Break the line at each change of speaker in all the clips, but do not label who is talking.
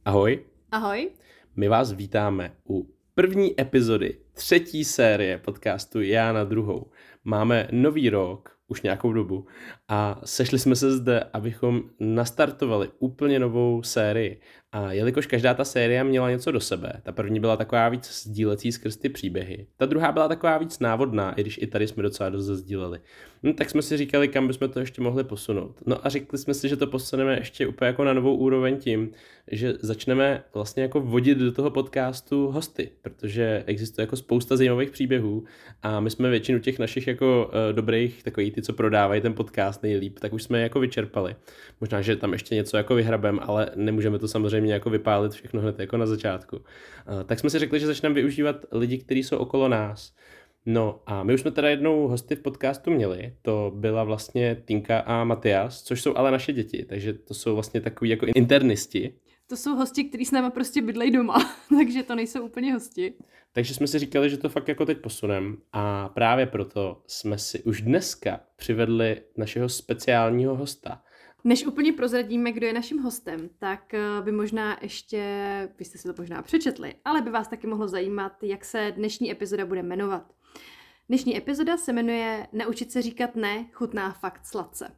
Ahoj,
Ahoj.
my vás vítáme u první epizody 3. série podcastu Já na druhou. Máme nový rok, už nějakou dobu, a sešli jsme se zde, abychom nastartovali úplně novou sérii. A jelikož každá ta série měla něco do sebe, ta první byla taková víc sdílecí skrz ty příběhy, ta druhá byla taková víc návodná, i když i tady jsme docela dost sdíleli. No, tak jsme si říkali, kam bychom to ještě mohli posunout. No a řekli jsme si, že to posuneme ještě úplně jako na novou úroveň tím, že začneme vlastně jako vodit do toho podcastu hosty, protože existuje jako spousta zajímavých příběhů a my jsme většinu těch našich jako dobrých, takový ty, co prodávají ten podcast nejlíp, tak už jsme je jako vyčerpali. Možná, že tam ještě něco jako vyhrabem, ale nemůžeme to samozřejmě jako vypálit všechno hned jako na začátku. Tak jsme si řekli, že začneme využívat lidi, kteří jsou okolo nás. No a my už jsme teda jednou hosty v podcastu měli, to byla vlastně Tinka a Matias, což jsou ale naše děti, takže to jsou vlastně takový jako internisti.
To jsou hosti, kteří s náma prostě bydlejí doma, takže to nejsou úplně hosti.
Takže jsme si říkali, že to fakt jako teď posunem a právě proto jsme si už dneska přivedli našeho speciálního hosta.
Než úplně prozradíme, kdo je naším hostem, tak by možná ještě, vy jste si to možná přečetli, ale by vás taky mohlo zajímat, jak se dnešní epizoda bude jmenovat. Dnešní epizoda se jmenuje Naučit se říkat ne, chutná fakt sladce.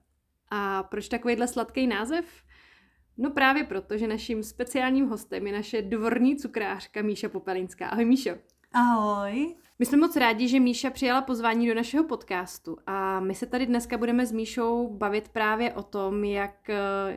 A proč takovýhle sladký název? No právě proto, že naším speciálním hostem je naše dvorní cukrářka Míša Popelinská. Ahoj Míšo.
Ahoj.
My jsme moc rádi, že Míša přijala pozvání do našeho podcastu a my se tady dneska budeme s Míšou bavit právě o tom, jak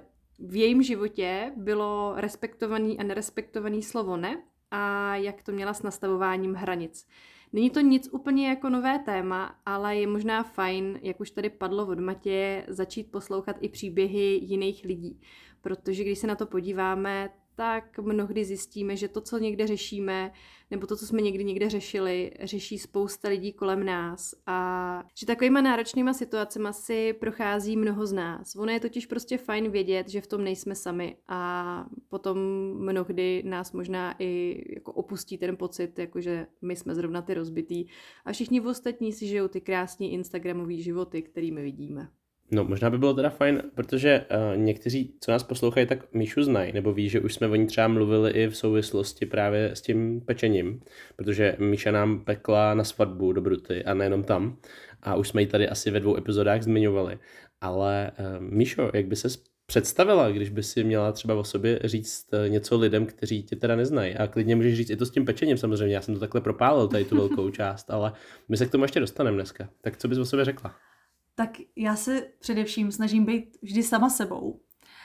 v jejím životě bylo respektovaný a nerespektovaný slovo ne a jak to měla s nastavováním hranic. Není to nic úplně jako nové téma, ale je možná fajn, jak už tady padlo od Matěje, začít poslouchat i příběhy jiných lidí. Protože když se na to podíváme, tak mnohdy zjistíme, že to, co někde řešíme, nebo to, co jsme někde řešili, řeší spousta lidí kolem nás a že takovýma náročnýma situacemi si prochází mnoho z nás. Ono je totiž prostě fajn vědět, že v tom nejsme sami a potom mnohdy nás možná i jako opustí ten pocit, jakože my jsme zrovna ty rozbitý a všichni ostatní si žijou ty krásný instagramový životy, kterými vidíme.
No, možná by bylo teda fajn, protože někteří, co nás poslouchají, tak Míšu znají, nebo ví, že už jsme o ní třeba mluvili i v souvislosti právě s tím pečením, protože Míša nám pekla na svatbu do Bruty a nejenom tam. A už jsme ji tady asi ve 2 epizodách zmiňovali. Ale Míšo, jak by ses představila, když by si měla třeba o sobě říct něco lidem, kteří tě teda neznají? A klidně můžeš říct i to s tím pečením samozřejmě, já jsem to takhle propálil, tady tu velkou část, ale my se k tomu ještě dostaneme dneska. Tak co bys o sobě řekla?
Tak já se především snažím být vždy sama sebou.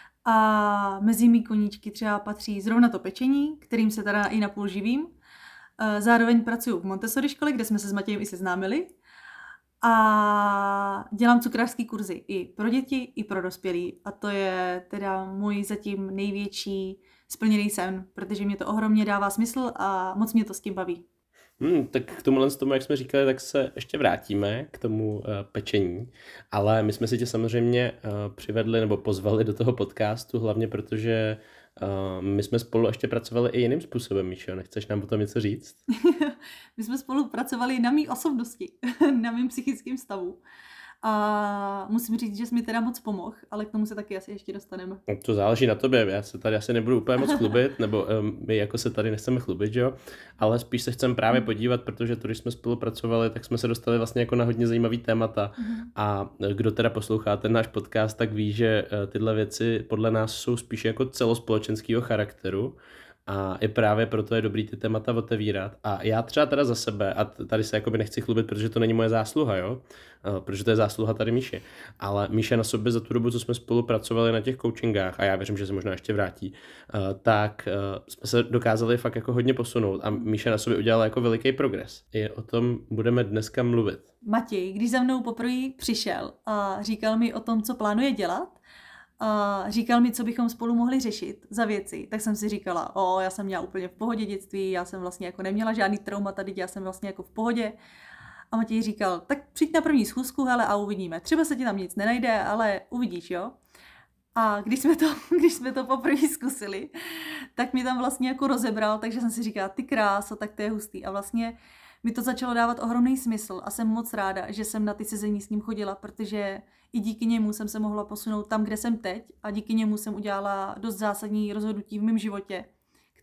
A mezi mý koníčky třeba patří zrovna to pečení, kterým se teda i napůl živím. Zároveň pracuji v Montessori škole, kde jsme se s Matějem i seznámili. A dělám cukrářský kurzy i pro děti, i pro dospělí. A to je teda můj zatím největší splněný sen, protože mě to ohromně dává smysl a moc mě to s tím baví.
Tak k tomu, jak jsme říkali, tak se ještě vrátíme k tomu pečení, ale my jsme si tě samozřejmě přivedli nebo pozvali do toho podcastu, hlavně protože my jsme spolu ještě pracovali i jiným způsobem, Míšo, nechceš nám o tom něco říct?
My jsme spolu pracovali na mý osobnosti, na mým psychickém stavu. A musím říct, že jsi mi teda moc pomohl, ale k tomu se taky asi ještě dostaneme.
No, to záleží na tobě, já se tady asi nebudu úplně moc chlubit, nebo my jako se tady nechceme chlubit, jo? Ale spíš se chceme právě podívat, protože to, když jsme spolupracovali, tak jsme se dostali vlastně jako na hodně zajímavý témata a kdo teda poslouchá ten náš podcast, tak ví, že tyhle věci podle nás jsou spíš jako celospolečenského charakteru. A i právě proto je dobrý ty témata otevírat. A já třeba teda za sebe, a tady se jakoby nechci chlubit, protože to není moje zásluha, jo? Protože to je zásluha tady Míše. Ale Míše na sobě za tu dobu, co jsme spolupracovali na těch coachingách, a já věřím, že se možná ještě vrátí, tak jsme se dokázali fakt jako hodně posunout a Míše na sobě udělala jako veliký progres. I o tom budeme dneska mluvit.
Matěj, když za mnou poprvé přišel a říkal mi o tom, co plánuje dělat, a říkal mi, co bychom spolu mohli řešit za věci, tak jsem si říkala, já jsem měla úplně v pohodě dětství, já jsem vlastně jako neměla žádný traumata, teď já jsem vlastně jako v pohodě. A Matěj říkal, tak přijď na první schůzku, hele, a uvidíme. Třeba se ti tam nic nenajde, ale uvidíš, jo. A když jsme to poprvé zkusili, tak mi tam vlastně jako rozebral, takže jsem si říkala, ty kráso, tak to je hustý. A vlastně mi to začalo dávat ohromný smysl a jsem moc ráda, že jsem na ty sezení s ním chodila, protože i díky němu jsem se mohla posunout tam, kde jsem teď a díky němu jsem udělala dost zásadní rozhodnutí v mém životě.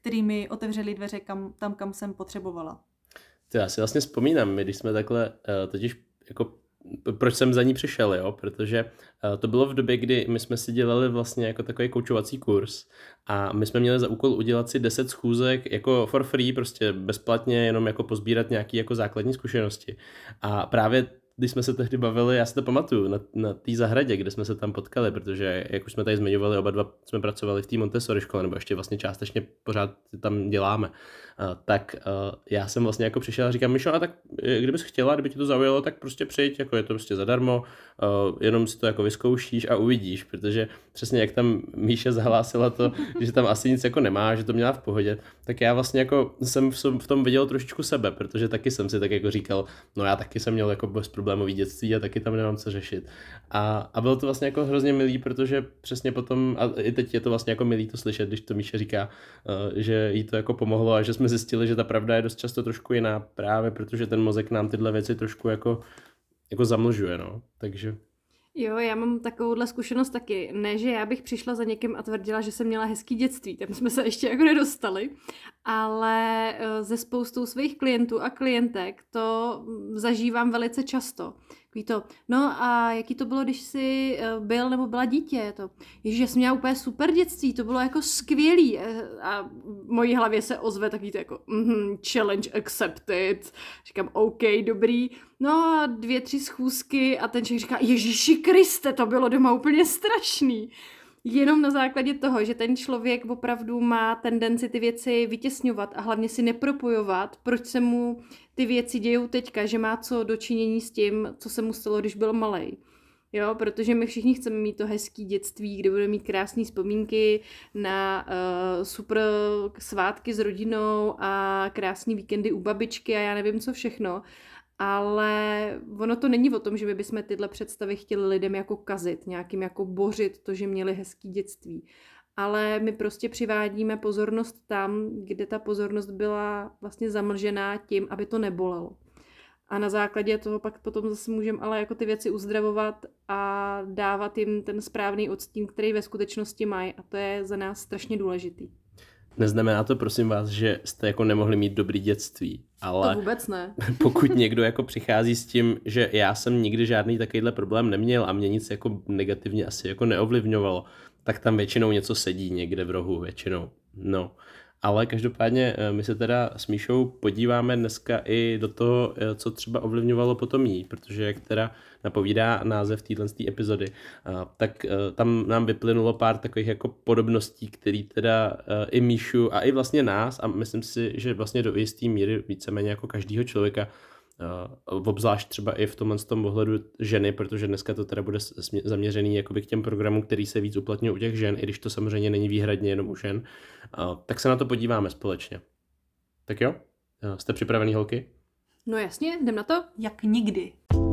který mi otevřeli dveře kam jsem potřebovala.
To já si vlastně vzpomínám, my když jsme takhle, totiž jako proč jsem za ní přišel, jo, protože to bylo v době, kdy my jsme si dělali vlastně jako takový koučovací kurz a my jsme měli za úkol udělat si 10 schůzek jako for free, prostě bezplatně, jenom jako pozbírat nějaký jako základní zkušenosti. A právě když jsme se tehdy bavili, já si to pamatuju, na té zahradě, kde jsme se tam potkali, protože jak už jsme tady zmiňovali, oba dva jsme pracovali v té Montessori škole, nebo ještě vlastně částečně pořád tam děláme, tak já jsem vlastně jako přišel a říkám, Míšo, a tak kdybys chtěla, kdyby ti to zaujalo, tak prostě přijď, jako je to prostě zadarmo, jenom si to jako vyzkoušíš a uvidíš, protože přesně jak tam Míša zahlásila to, že tam asi nic jako nemá, že to měla v pohodě, tak já vlastně jako jsem v tom viděl trošičku sebe, protože taky jsem si tak jako říkal, no já taky jsem měl jako bezproblémový dětství a taky tam nemám co řešit. A bylo to vlastně jako hrozně milý, protože přesně potom, a i teď je to vlastně jako milý to slyšet, když to Míša říká, že jí to jako pomohlo a že jsme zjistili, že ta pravda je dost často trošku jiná, právě protože ten mozek nám tyhle věci trošku jako zamlžuje, no, takže...
Jo, já mám takovouhle zkušenost taky. Ne, že já bych přišla za někým a tvrdila, že jsem měla hezký dětství, tam jsme se ještě jako nedostali, ale ze spoustou svých klientů a klientek to zažívám velice často. Takový to, no a jaký to bylo, když jsi byl nebo byla dítě? To, ježiš, já jsem měla úplně super dětství, to bylo jako skvělý. A v mojí hlavě se ozve takový to jako challenge accepted. Říkám, OK, dobrý. No a 2-3 schůzky a ten člověk říká, Ježíši Kriste, to bylo doma úplně strašný. Jenom na základě toho, že ten člověk opravdu má tendenci ty věci vytěsňovat a hlavně si nepropojovat, proč se mu ty věci dějou teďka, že má co dočinění s tím, co se mu stalo, když byl malej. Jo, protože my všichni chceme mít to hezký dětství, kde budeme mít krásné vzpomínky na super svátky s rodinou a krásný víkendy u babičky a já nevím co všechno. Ale ono to není o tom, že my bychom tyhle představy chtěli lidem jako kazit, nějakým jako bořit to, že měli hezký dětství. Ale my prostě přivádíme pozornost tam, kde ta pozornost byla vlastně zamlžená tím, aby to nebolelo. A na základě toho pak potom zase můžeme ale jako ty věci uzdravovat a dávat jim ten správný odstín, který ve skutečnosti mají. A to je za nás strašně důležitý.
Neznamená to, prosím vás, že jste jako nemohli mít dobrý dětství, ale
to vůbec ne.
Pokud někdo jako přichází s tím, že já jsem nikdy žádný takovýhle problém neměl a mě nic jako negativně asi jako neovlivňovalo, tak tam většinou něco sedí někde v rohu, většinou. No. Ale každopádně my se teda s Míšou podíváme dneska i do toho, co třeba ovlivňovalo potom jí, protože jak teda napovídá název téhle epizody, tak tam nám vyplynulo pár takových jako podobností, který teda i Míšu a i vlastně nás a myslím si, že vlastně do jistý míry víceméně jako každýho člověka, obzvlášť třeba i v tomhle tom ohledu ženy, protože dneska to teda bude zaměřený jakoby k těm programům, který se víc uplatňují u těch žen, i když to samozřejmě není výhradně jenom u žen, tak se na to podíváme společně. Tak jo? Jste připravený, holky?
No jasně, jdem na to.
Jak nikdy.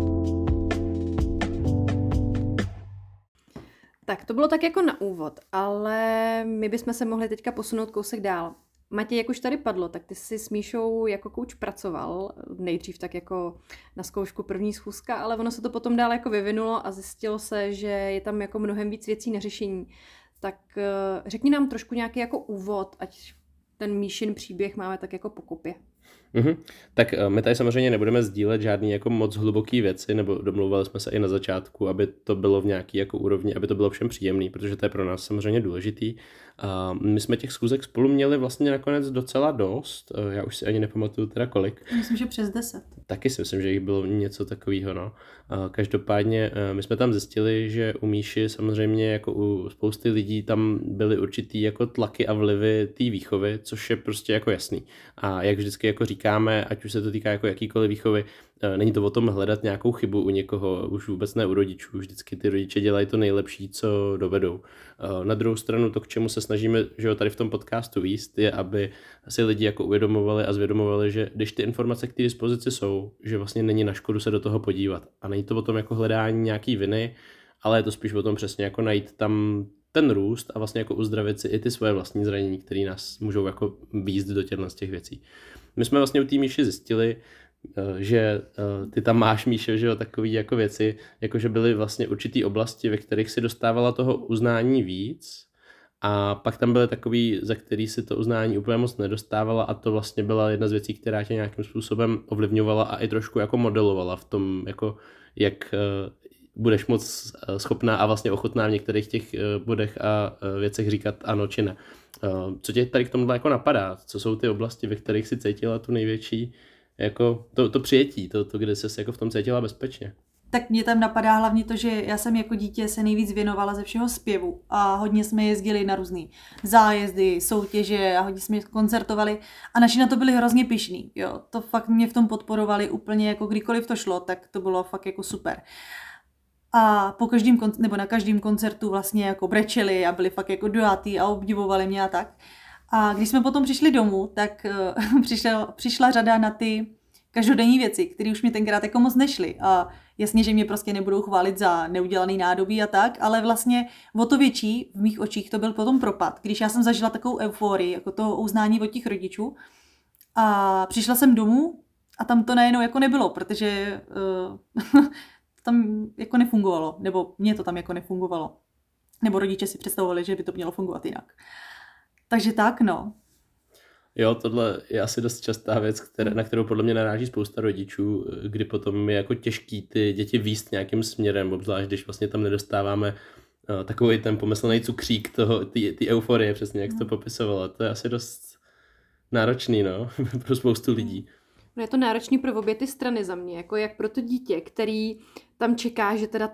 Tak to bylo tak jako na úvod, ale my bychom se mohli teďka posunout kousek dál. Matěj, jak už tady padlo, tak ty jsi s Míšou jako kouč pracoval, nejdřív tak jako na zkoušku první schůzka, ale ono se to potom dál jako vyvinulo a zjistilo se, že je tam jako mnohem víc věcí na řešení. Tak řekni nám trošku nějaký jako úvod, ať ten Míšin příběh máme tak jako po kopě.
Tak my tady samozřejmě nebudeme sdílet žádný jako moc hluboký věci, nebo domlouvali jsme se i na začátku, aby to bylo v nějaký jako úrovni, aby to bylo všem příjemný, protože to je pro nás samozřejmě důležitý. My jsme těch schůzek spolu měli vlastně nakonec docela dost, já už si ani nepamatuju teda kolik.
Myslím, že přes 10.
Taky si myslím, že jich bylo něco takového, no. Každopádně my jsme tam zjistili, že u Míši samozřejmě jako u spousty lidí tam byly určitý jako tlaky a vlivy té výchovy, což je prostě jako jasný. A jak vždycky jako říkáme, ať už se to týká jako jakýkoliv výchovy, není to o tom hledat nějakou chybu u někoho, už vůbec ne u rodičů, vždycky ty rodiče dělají to nejlepší, co dovedou. Na druhou stranu to, k čemu se snažíme, že jo, tady v tom podcastu víst, je, aby si lidi jako uvědomovali a zvědomovali, že když ty informace k té dispozici jsou, že vlastně není na škodu se do toho podívat. A není to o tom jako hledání nějaký viny, ale je to spíš o tom přesně jako najít tam ten růst a vlastně jako uzdravit si i ty svoje vlastní zranění, které nás můžou jako výjít do těch věcí. My jsme vlastně u té Míši zjistili, že ty tam máš, Míšo, že jo, takový jako věci, jakože byly vlastně určitý oblasti, ve kterých si dostávala toho uznání víc A pak tam byly takový, za který si to uznání úplně moc nedostávala a to vlastně byla jedna z věcí, která tě nějakým způsobem ovlivňovala a i trošku jako modelovala v tom, jako jak budeš moc schopná a vlastně ochotná v některých těch bodech a věcech říkat ano či ne. Co tě tady k tomuhle jako napadá? Co jsou ty oblasti, ve kterých si cítila tu největší, jako to přijetí, to, kde jsi jako v tom cítila bezpečně?
Tak mě tam napadá hlavně to, že já jsem jako dítě se nejvíc věnovala ze všeho zpěvu a hodně jsme jezdili na různé zájezdy, soutěže a hodně jsme koncertovali a naši na to byli hrozně pyšní. Jo. To fakt mě v tom podporovali úplně jako kdykoliv to šlo, tak to bylo fakt jako super. A po každém nebo na každém koncertu vlastně jako brečeli a byli fakt jako dojatý a obdivovali mě a tak. A když jsme potom přišli domů, tak přišla řada na ty každodenní věci, které už mi tenkrát jako moc nešly. A jasně, že mě prostě nebudou chválit za neudělaný nádobí a tak, ale vlastně o to větší v mých očích to byl potom propad, když já jsem zažila takovou euforii, jako toho uznání od těch rodičů. A přišla jsem domů a tam to najednou jako nebylo, protože tam jako nefungovalo, nebo mě to tam jako nefungovalo. Nebo rodiče si představovali, že by to mělo fungovat jinak. Takže tak, no.
Jo, tohle je asi dost častá věc, na kterou podle mě naráží spousta rodičů, kdy potom je jako těžký ty děti vést nějakým směrem, obzvlášť když vlastně tam nedostáváme takový ten pomyslný cukřík ty euforie, přesně jak jsi to popisovala. To je asi dost náročný, no, pro spoustu lidí.
No je to náročný pro obě ty strany za mě, jako jak pro to dítě, který tam čeká, že teda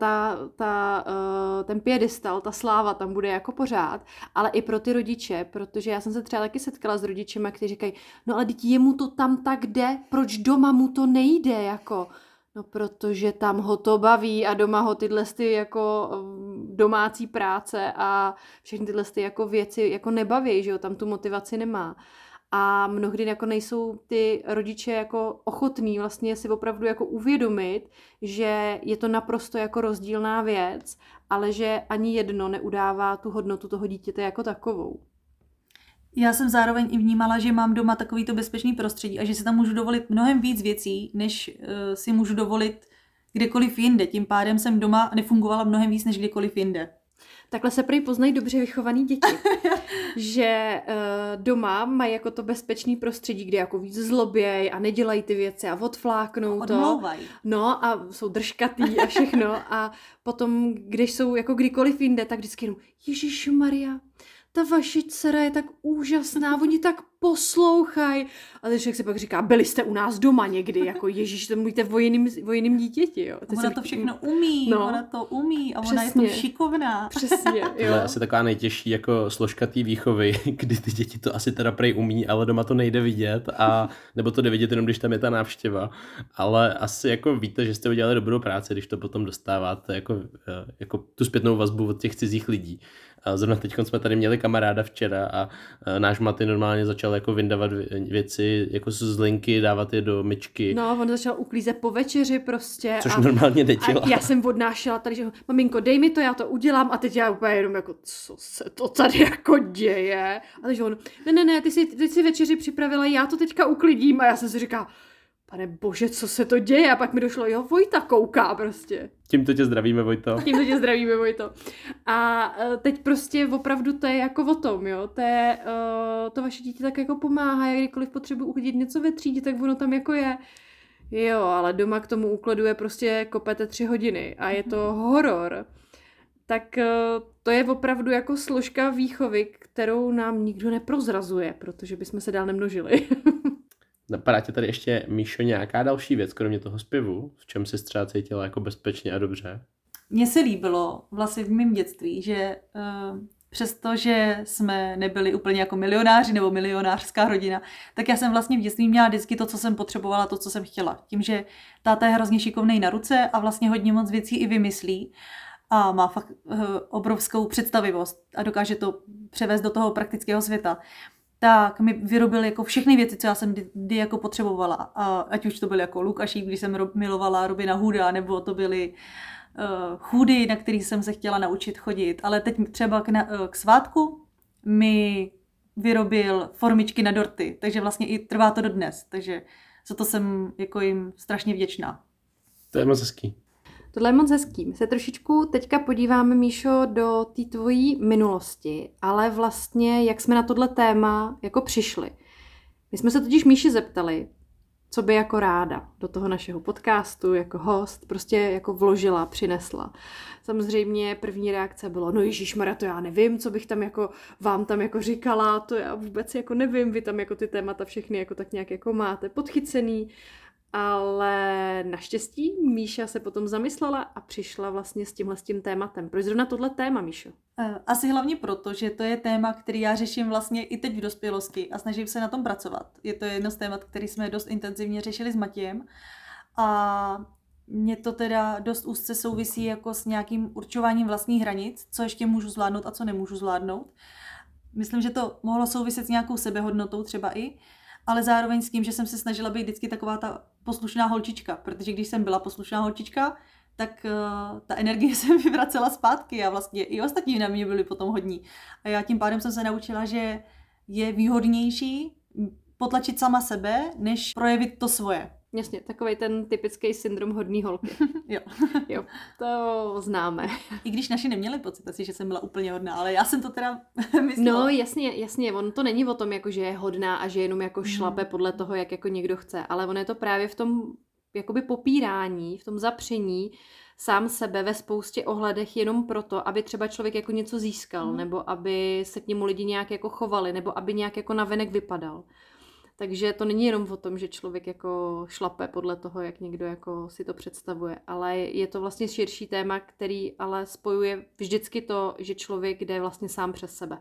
ten piedestal, ta sláva tam bude jako pořád, ale i pro ty rodiče, protože já jsem se třeba taky setkala s rodičema, kteří říkají, no ale dítě jemu to tam tak jde, proč doma mu to nejde, jako... No protože tam ho to baví a doma ho tyhle ty jako domácí práce a všechny tyhle ty jako věci jako nebaví, že jo, tam tu motivaci nemá. A mnohdy jako nejsou ty rodiče jako ochotní vlastně si opravdu jako uvědomit, že je to naprosto jako rozdílná věc, ale že ani jedno neudává tu hodnotu toho dítěte jako takovou.
Já jsem zároveň i vnímala, že mám doma takovýto bezpečný prostředí a že si tam můžu dovolit mnohem víc věcí, než si můžu dovolit kdekoliv jinde. Tím pádem jsem doma nefungovala mnohem víc než kdekoliv jinde.
Takhle se prý poznají dobře vychovaný děti, že doma mají jako to bezpečný prostředí, kde jako víc zloběj a nedělají ty věci a odfláknou to. No a jsou držkatý a všechno a potom, když jsou jako kdykoliv jinde, tak vždycky jenom Ježišmarja, ta vaše dcera je tak úžasná, oni tak poslouchají. A ten člověk si pak říká, byli jste u nás doma někdy, jako Ježíš, to mluvíte o jiným dítěti, jo.
Ona to všechno umí,
no,
ona to umí a
přesně,
ona je to šikovná.
Přesně, jo.
To je asi taková nejtěžší jako složka té výchovy, kdy ty děti to asi teda prej umí, ale doma to nejde vidět, a nebo to jde vidět jenom, když tam je ta návštěva. Ale asi jako víte, že jste udělali dobrou práci, když to potom dostáváte jako tu zpětnou vazbu od těch cizích lidí. A zrovna teď jsme tady měli kamaráda včera a náš Maty normálně začal jako vyndavat věci jako z linky, dávat je do myčky.
No, on začal uklízet po večeři prostě.
Což normálně nedělá.
A já jsem odnášela tady, že maminko, dej mi to, já to udělám a teď já úplně jenom jako, co se to tady jako děje? A takže on, ne, ty si večeři připravila, já to teďka uklidím a já jsem si říkala, pane bože, co se to děje? A pak mi došlo, jo, Vojta kouká prostě.
Tímto tě zdravíme, Vojto.
Tímto tě zdravíme, Vojto. A teď prostě opravdu to je jako o tom, jo. To vaše dítě tak jako pomáhá, jak kdykoliv potřebuje uklidit něco ve třídě, tak ono tam jako je. Jo, ale doma k tomu úkladu je prostě kopete 3 hodiny a je to horor. Tak to je opravdu jako složka výchovy, kterou nám nikdo neprozrazuje, protože bychom se dál nemnožili.
Napadá tě tady ještě, Míšo, nějaká další věc, kromě toho zpěvu? V čem jsi třeba cítila jako bezpečně a dobře?
Mně se líbilo vlastně v mém dětství, že přestože jsme nebyli úplně jako milionáři nebo milionářská rodina, tak já jsem vlastně v dětství měla vždycky to, co jsem potřebovala, to, co jsem chtěla. Tím, že táta je hrozně šikovnej na ruce a vlastně hodně moc věcí i vymyslí a má fakt obrovskou představivost a dokáže to převést do toho praktického světa, tak mi vyrobil jako všechny věci, co já jsem kdy jako potřebovala. A ať už to byl jako Lukašík, když jsem milovala Robina Hooda, nebo to byly chůdy, na kterých jsem se chtěla naučit chodit. Ale teď třeba k svátku mi vyrobil formičky na dorty, takže vlastně i trvá to dodnes. Takže za to jsem jako jim strašně vděčná.
To je moc hezký.
Tohle je moc hezký. My se trošičku teďka podíváme, Míšo, do té tvojí minulosti, ale vlastně jak jsme na tohle téma jako přišli. My jsme se totiž Míši zeptali, co by jako ráda do toho našeho podcastu, jako host, prostě jako vložila, přinesla. Samozřejmě první reakce bylo, no ježišmarja, to já nevím, co bych tam jako, vám tam jako říkala, to já vůbec jako nevím, vy tam jako ty témata všechny jako tak nějak jako máte podchycený, ale naštěstí Míša se potom zamyslela a přišla vlastně s tím tématem. Proč zrovna tohle téma, Míšo?
Asi hlavně proto, že to je téma, který já řeším vlastně i teď v dospělosti a snažím se na tom pracovat. Je to jedno z témat, který jsme dost intenzivně řešili s Matějem a mě to teda dost úzce souvisí jako s nějakým určováním vlastních hranic, co ještě můžu zvládnout a co nemůžu zvládnout. Myslím, že to mohlo souviset s nějakou sebehodnotou třeba i, ale zároveň s tím, že jsem se snažila být vždycky taková ta poslušná holčička, protože když jsem byla poslušná holčička, tak ta energie se mi vracela zpátky a vlastně i ostatní na mě byli potom hodní. A já tím pádem jsem se naučila, že je výhodnější potlačit sama sebe, než projevit to svoje.
Jasně, takovej ten typický syndrom hodný holky. Jo, to známe.
I když naši neměli pocit asi, že jsem byla úplně hodná, ale já jsem to teda myslela.
No jasně, on to není o tom, jako, že je hodná a že jenom jako šlape podle toho, jak jako někdo chce, ale on je to právě v tom jakoby popírání, v tom zapření sám sebe ve spoustě ohledech jenom proto, aby třeba člověk jako něco získal, nebo aby se k němu lidi nějak jako chovali, nebo aby nějak jako navenek vypadal. Takže to není jenom o tom, že člověk jako šlape podle toho, jak někdo jako si to představuje, ale je to vlastně širší téma, který ale spojuje vždycky to, že člověk jde vlastně sám přes sebe.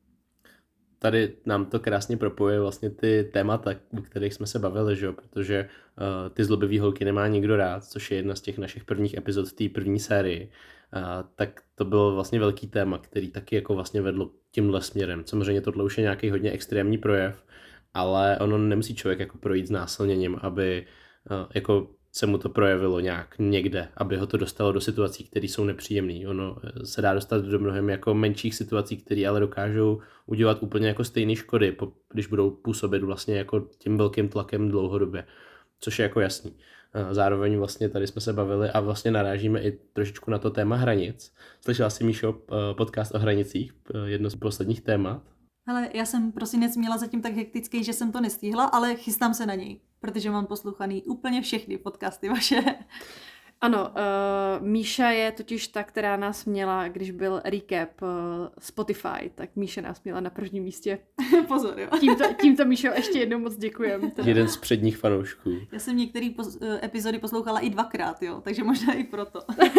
Tady nám to krásně propojuje vlastně ty témata, o kterých jsme se bavili, že jo? Protože ty zlobivý holky nemá nikdo rád, což je jedna z těch našich prvních epizod v té první sérii. Tak to bylo vlastně velký téma, který taky jako vlastně vedlo tímhle směrem. Samozřejmě tohle už je nějaký hodně extrémní projev, ale ono nemusí člověk jako projít znásilněním, aby jako se mu to projevilo nějak někde, aby ho to dostalo do situací, které jsou nepříjemné. Ono se dá dostat do mnohem jako menších situací, které ale dokážou udělat úplně jako stejné škody, když budou působit vlastně jako tím velkým tlakem dlouhodobě, což je jako jasný. Zároveň vlastně tady jsme se bavili a vlastně narážíme i trošičku na to téma hranic. Slyšela jsi, Míšo, podcast o hranicích, jedno z posledních témat?
Hele, já jsem prosinec měla zatím tak hektický, že jsem to nestihla, ale chystám se na něj, protože mám poslouchaný úplně všechny podcasty vaše.
Ano, Míša je totiž ta, která nás měla, když byl recap Spotify, tak Míša nás měla na prvním místě.
Pozor, jo.
Tímto Míšo ještě jednou moc děkujem.
Jeden z předních fanoušků.
Já jsem některé epizody poslouchala i 2krát, jo, takže možná i proto.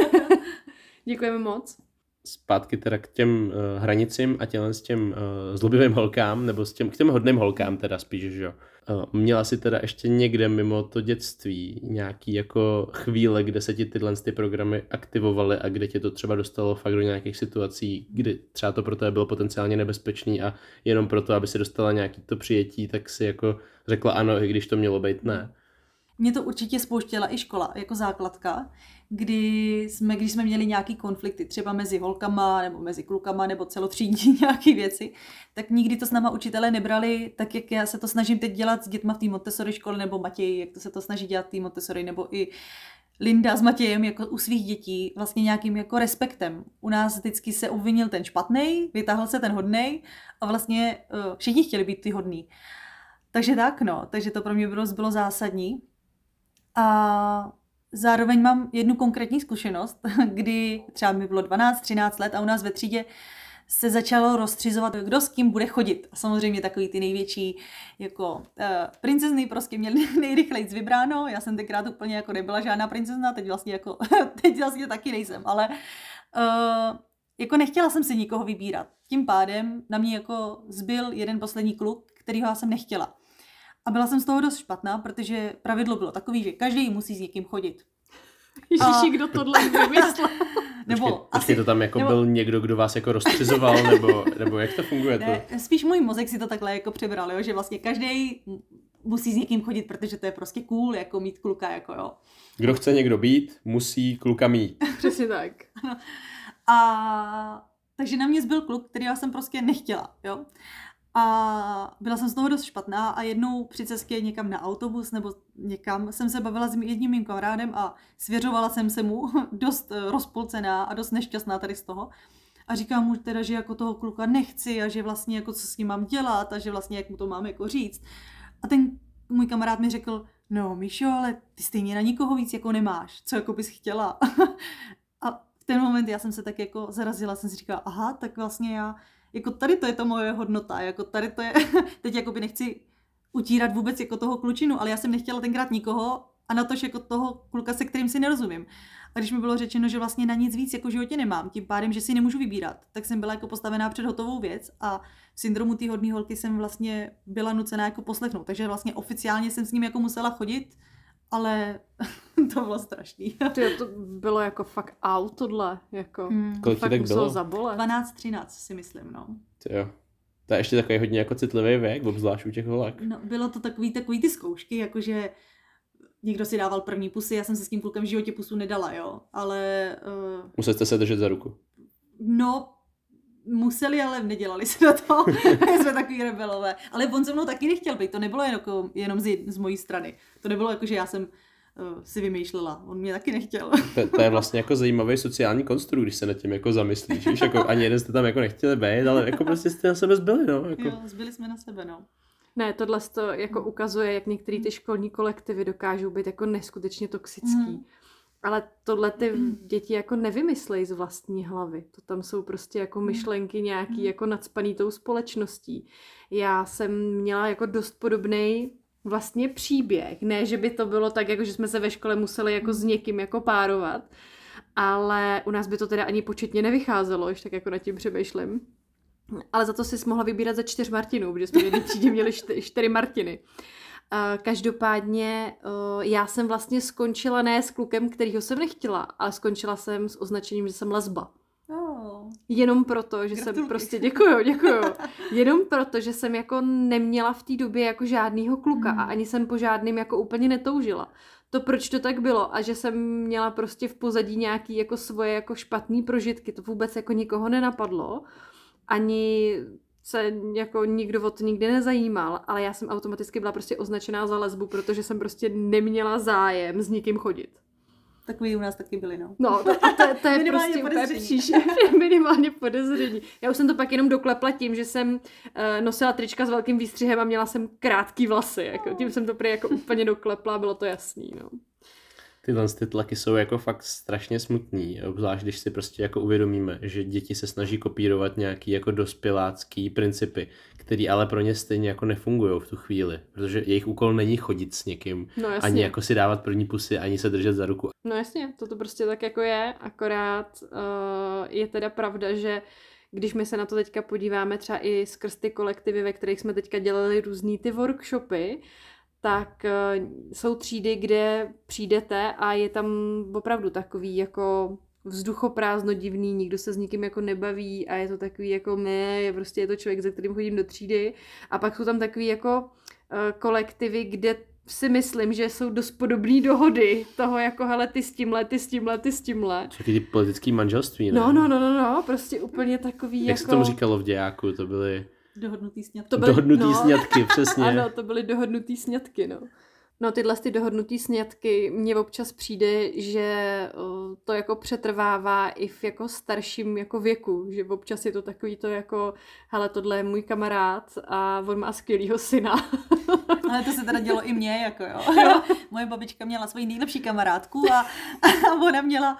Děkujeme moc.
Zpátky teda k těm hranicím a s těm zlobivým holkám, nebo k těm hodným holkám teda spíš, že jo. Měla si teda ještě někde mimo to dětství nějaký jako chvíle, kde se ti tyhle ty programy aktivovaly a kde tě to třeba dostalo fakt do nějakých situací, kdy třeba to pro tebe bylo potenciálně nebezpečný a jenom proto, aby si dostala nějaký to přijetí, tak si jako řekla ano, i když to mělo být ne.
Mě to určitě spouštěla i škola, jako základka, když jsme měli nějaký konflikty, třeba mezi holkama, nebo mezi klukama, nebo celotřídní nějaký věci, tak nikdy to s náma učitelé nebrali, tak jak já se to snažím teď dělat s dětma v té Montessori škole, nebo Matěj, jak to se to snaží dělat v té Montessori, nebo i Linda s Matějem jako u svých dětí, vlastně nějakým jako respektem. U nás vždycky se obvinil ten špatnej, vytáhl se ten hodnej a vlastně všichni chtěli být ty hodný. Takže tak, no, takže to pro mě bylo zásadní. A zároveň mám jednu konkrétní zkušenost, kdy třeba mi bylo 12-13 let a u nás ve třídě se začalo rozstřizovat, kdo s kým bude chodit. A samozřejmě takový ty největší jako princezny prostě měly nejrychlejc vybráno. Já jsem tenkrát úplně jako nebyla žádná princezna, teď vlastně taky nejsem, ale jako nechtěla jsem si nikoho vybírat. Tím pádem na mě jako zbyl jeden poslední kluk, kterýho já jsem nechtěla. A byla jsem z toho dost špatná, protože pravidlo bylo takový, že každý musí s někým chodit.
Ježiši, kdo tohle vymyslel?
Nebo asi to tam jako byl někdo, kdo vás jako rozstřizoval, nebo jak to funguje?
Ne, spíš můj mozek si to takhle jako přebral, jo, že vlastně každý musí s někým chodit, protože to je prostě cool, jako mít kluka, jako jo.
Kdo chce někdo být, musí kluka mít.
Přesně tak.
A takže na mě zbyl kluk, který já jsem prostě nechtěla, jo. A byla jsem z toho dost špatná a jednou při cestě někam na autobus nebo někam jsem se bavila s jedním mým kamarádem a svěřovala jsem se mu dost rozpolcená a dost nešťastná tady z toho. A říkám mu teda, že jako toho kluka nechci a že vlastně jako co s ním mám dělat a že vlastně jak mu to mám jako říct. A ten můj kamarád mi řekl, no Míšo, ale ty stejně na nikoho víc jako nemáš, co jako bys chtěla. A v ten moment já jsem se tak jako zarazila, jsem si říkala, aha, tak vlastně já, jako tady to je to moje hodnota, jako tady to je, teď jako by nechci utírat vůbec jako toho klučinu, ale já jsem nechtěla tenkrát nikoho a natož jako toho kluka, se kterým si nerozumím. A když mi bylo řečeno, že vlastně na nic víc jako v životě nemám, tím pádem, že si nemůžu vybírat, tak jsem byla jako postavená před hotovou věc a v syndromu té hodné holky jsem vlastně byla nucená jako poslechnout. Takže vlastně oficiálně jsem s ním jako musela chodit, ale to bylo strašný.
To bylo jako fakt out tohle, jako
Kolik
fakt
tak
muselo
bylo?
zabolet.
12-13 si myslím, no.
Jo. To je ještě takový hodně jako citlivý věk, obzvlášť u těch holek.
No, bylo to takový ty zkoušky, jakože někdo si dával první pusy, já jsem se s tím klukem v životě pusu nedala, jo, ale...
Museli jste se držet za ruku.
No, museli, ale nedělali se na to. Jsme takový rebelové. Ale on se mnou taky nechtěl být, to nebylo jenom z mojí strany. To nebylo jako, že já jsem si vymýšlela. On mě taky nechtěl.
To je vlastně jako zajímavý sociální konstrukt, když se nad tím jako zamyslíš. Víš, jako ani jeden jste tam jako nechtěli být, ale jako prostě jste na sebe zbyli, no. Jako.
Jo, zbyli jsme na sebe, no.
Ne, tohle to jako ukazuje, jak některé ty školní kolektivy dokážou být jako neskutečně toxický. Ale tohle ty děti jako nevymyslejí z vlastní hlavy. To tam jsou prostě jako myšlenky nějaký jako nacpaný tou společností. Já jsem měla jako dost podobnej vlastně příběh. Ne, že by to bylo tak, jako že jsme se ve škole museli jako s někým jako párovat, ale u nás by to teda ani početně nevycházelo, když tak jako nad tím přemýšlím. Ale za to si mohla vybírat za 4 Martinů, protože jsme v jedné třídě měli 4 Martiny. Každopádně já jsem vlastně skončila ne s klukem, kterýho jsem nechtěla, ale skončila jsem s označením, že jsem lesba.
Oh.
Jenom proto, že jsem prostě, děkuju. Jenom proto, že jsem jako neměla v té době jako žádnýho kluka a ani jsem po žádným jako úplně netoužila. To, proč to tak bylo a že jsem měla prostě v pozadí nějaký jako svoje jako špatný prožitky, to vůbec jako nikoho nenapadlo. Ani se jako nikdo o to nikdy nezajímal, ale já jsem automaticky byla prostě označená za lesbu, protože jsem prostě neměla zájem s nikým chodit.
Takový u nás taky byli, no.
No, to je prostě minimálně podezření. Já už jsem to pak jenom doklepla tím, že jsem nosila trička s velkým výstřihem a měla jsem krátký vlasy. Jako, tím jsem to prý jako úplně doklepla, bylo to jasný, no.
Tyhle ty tlaky jsou jako fakt strašně smutný, obzvlášť když si prostě jako uvědomíme, že děti se snaží kopírovat nějaký jako dospělácký principy, který ale pro ně stejně jako nefungují v tu chvíli, protože jejich úkol není chodit s někým, ani jako si dávat první pusy, ani se držet za ruku.
No jasně, to prostě tak jako je, akorát je teda pravda, že když my se na to teďka podíváme třeba i skrz ty kolektivy, ve kterých jsme teďka dělali různý ty workshopy, tak jsou třídy, kde přijdete a je tam opravdu takový jako vzduchoprázdno divný, nikdo se s nikým jako nebaví a je to takový jako je to člověk, za kterým chodím do třídy. A pak jsou tam takový jako kolektivy, kde si myslím, že jsou dost podobný dohody toho jako hele ty s tímhle.
Taky ty politický manželství, ne?
No, prostě úplně takový
Jak
jako...
se tomu říkalo v dějáku, to byly...
Dohodnutý sňatky.
Dohodnutý sňatky, přesně.
Ano, to byly dohodnutý sňatky, no. No tyhle ty dohodnutý sňatky, mně občas přijde, že to jako přetrvává i v jako starším jako věku, že občas je to takový to jako, hele, tohle je můj kamarád a on má skvělýho syna.
Ale to se teda dělo i mně, jako jo. Moje babička měla svoji nejlepší kamarádku a ona měla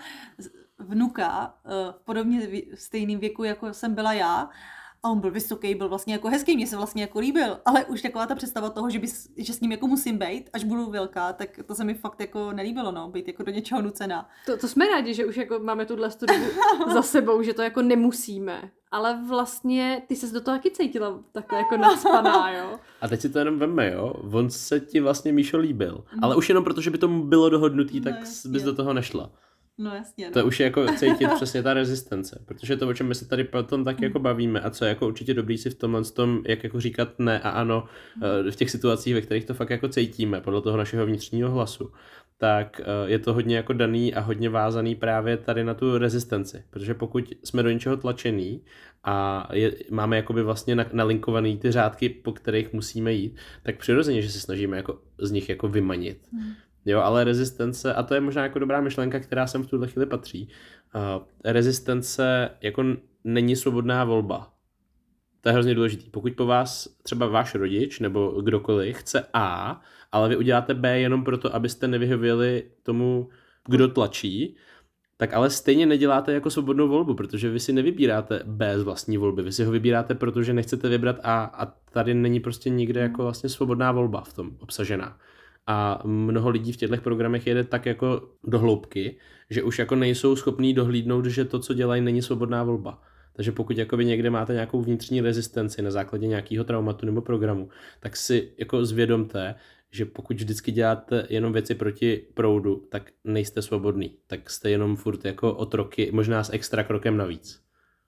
vnuka v podobně stejným věku, jako jsem byla já. A on byl vysoký, byl vlastně jako hezký, mě se vlastně jako líbil, ale už taková ta představa toho, že s ním jako musím být, až budu velká, tak to se mi fakt jako nelíbilo, no, být jako do něčeho nucená.
To jsme rádi, že už jako máme tuhle studiu za sebou, že to jako nemusíme, ale vlastně ty ses do toho taky cítila takhle jako nacpaná, jo.
A teď si to jenom vemme, jo, on se ti vlastně, Míšo, líbil, ale už jenom proto, že by tomu bylo dohodnutý, tak bys do toho nešla.
No jasně. No.
To už je jako cítit přesně ta rezistence, protože to, o čem my se tady potom tak jako bavíme a co je jako určitě dobrý si v tomhle tom, jak jako říkat ne a ano v těch situacích, ve kterých to fakt jako cítíme podle toho našeho vnitřního hlasu, tak je to hodně jako daný a hodně vázaný právě tady na tu rezistenci, protože pokud jsme do něčeho tlačený a máme jakoby vlastně nalinkovaný ty řádky, po kterých musíme jít, tak přirozeně, že se snažíme jako z nich jako vymanit. Jo, ale rezistence, a to je možná jako dobrá myšlenka, která sem v tuhle chvíli patří, rezistence jako není svobodná volba. To je hrozně důležitý. Pokud po vás třeba váš rodič nebo kdokoliv chce A, ale vy uděláte B jenom proto, abyste nevyhověli tomu, kdo tlačí, tak ale stejně neděláte jako svobodnou volbu, protože vy si nevybíráte B z vlastní volby, vy si ho vybíráte, protože nechcete vybrat A tady není prostě nikde jako vlastně svobodná volba v tom obsažená. A mnoho lidí v těchto programech jede tak jako do hloubky, že už jako nejsou schopní dohlídnout, že to, co dělají, není svobodná volba. Takže pokud jakoby někde máte nějakou vnitřní rezistenci na základě nějakého traumatu nebo programu, tak si jako zvědomte, že pokud vždycky děláte jenom věci proti proudu, tak nejste svobodný. Tak jste jenom furt jako otroky, možná s extra krokem navíc.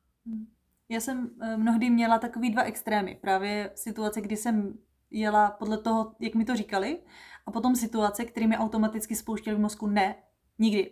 Já jsem mnohdy měla takový 2 extrémy. Právě situace, kdy jsem jela podle toho, jak mi to říkali, a potom situace, které mi automaticky spouštěly v mozku ne, nikdy.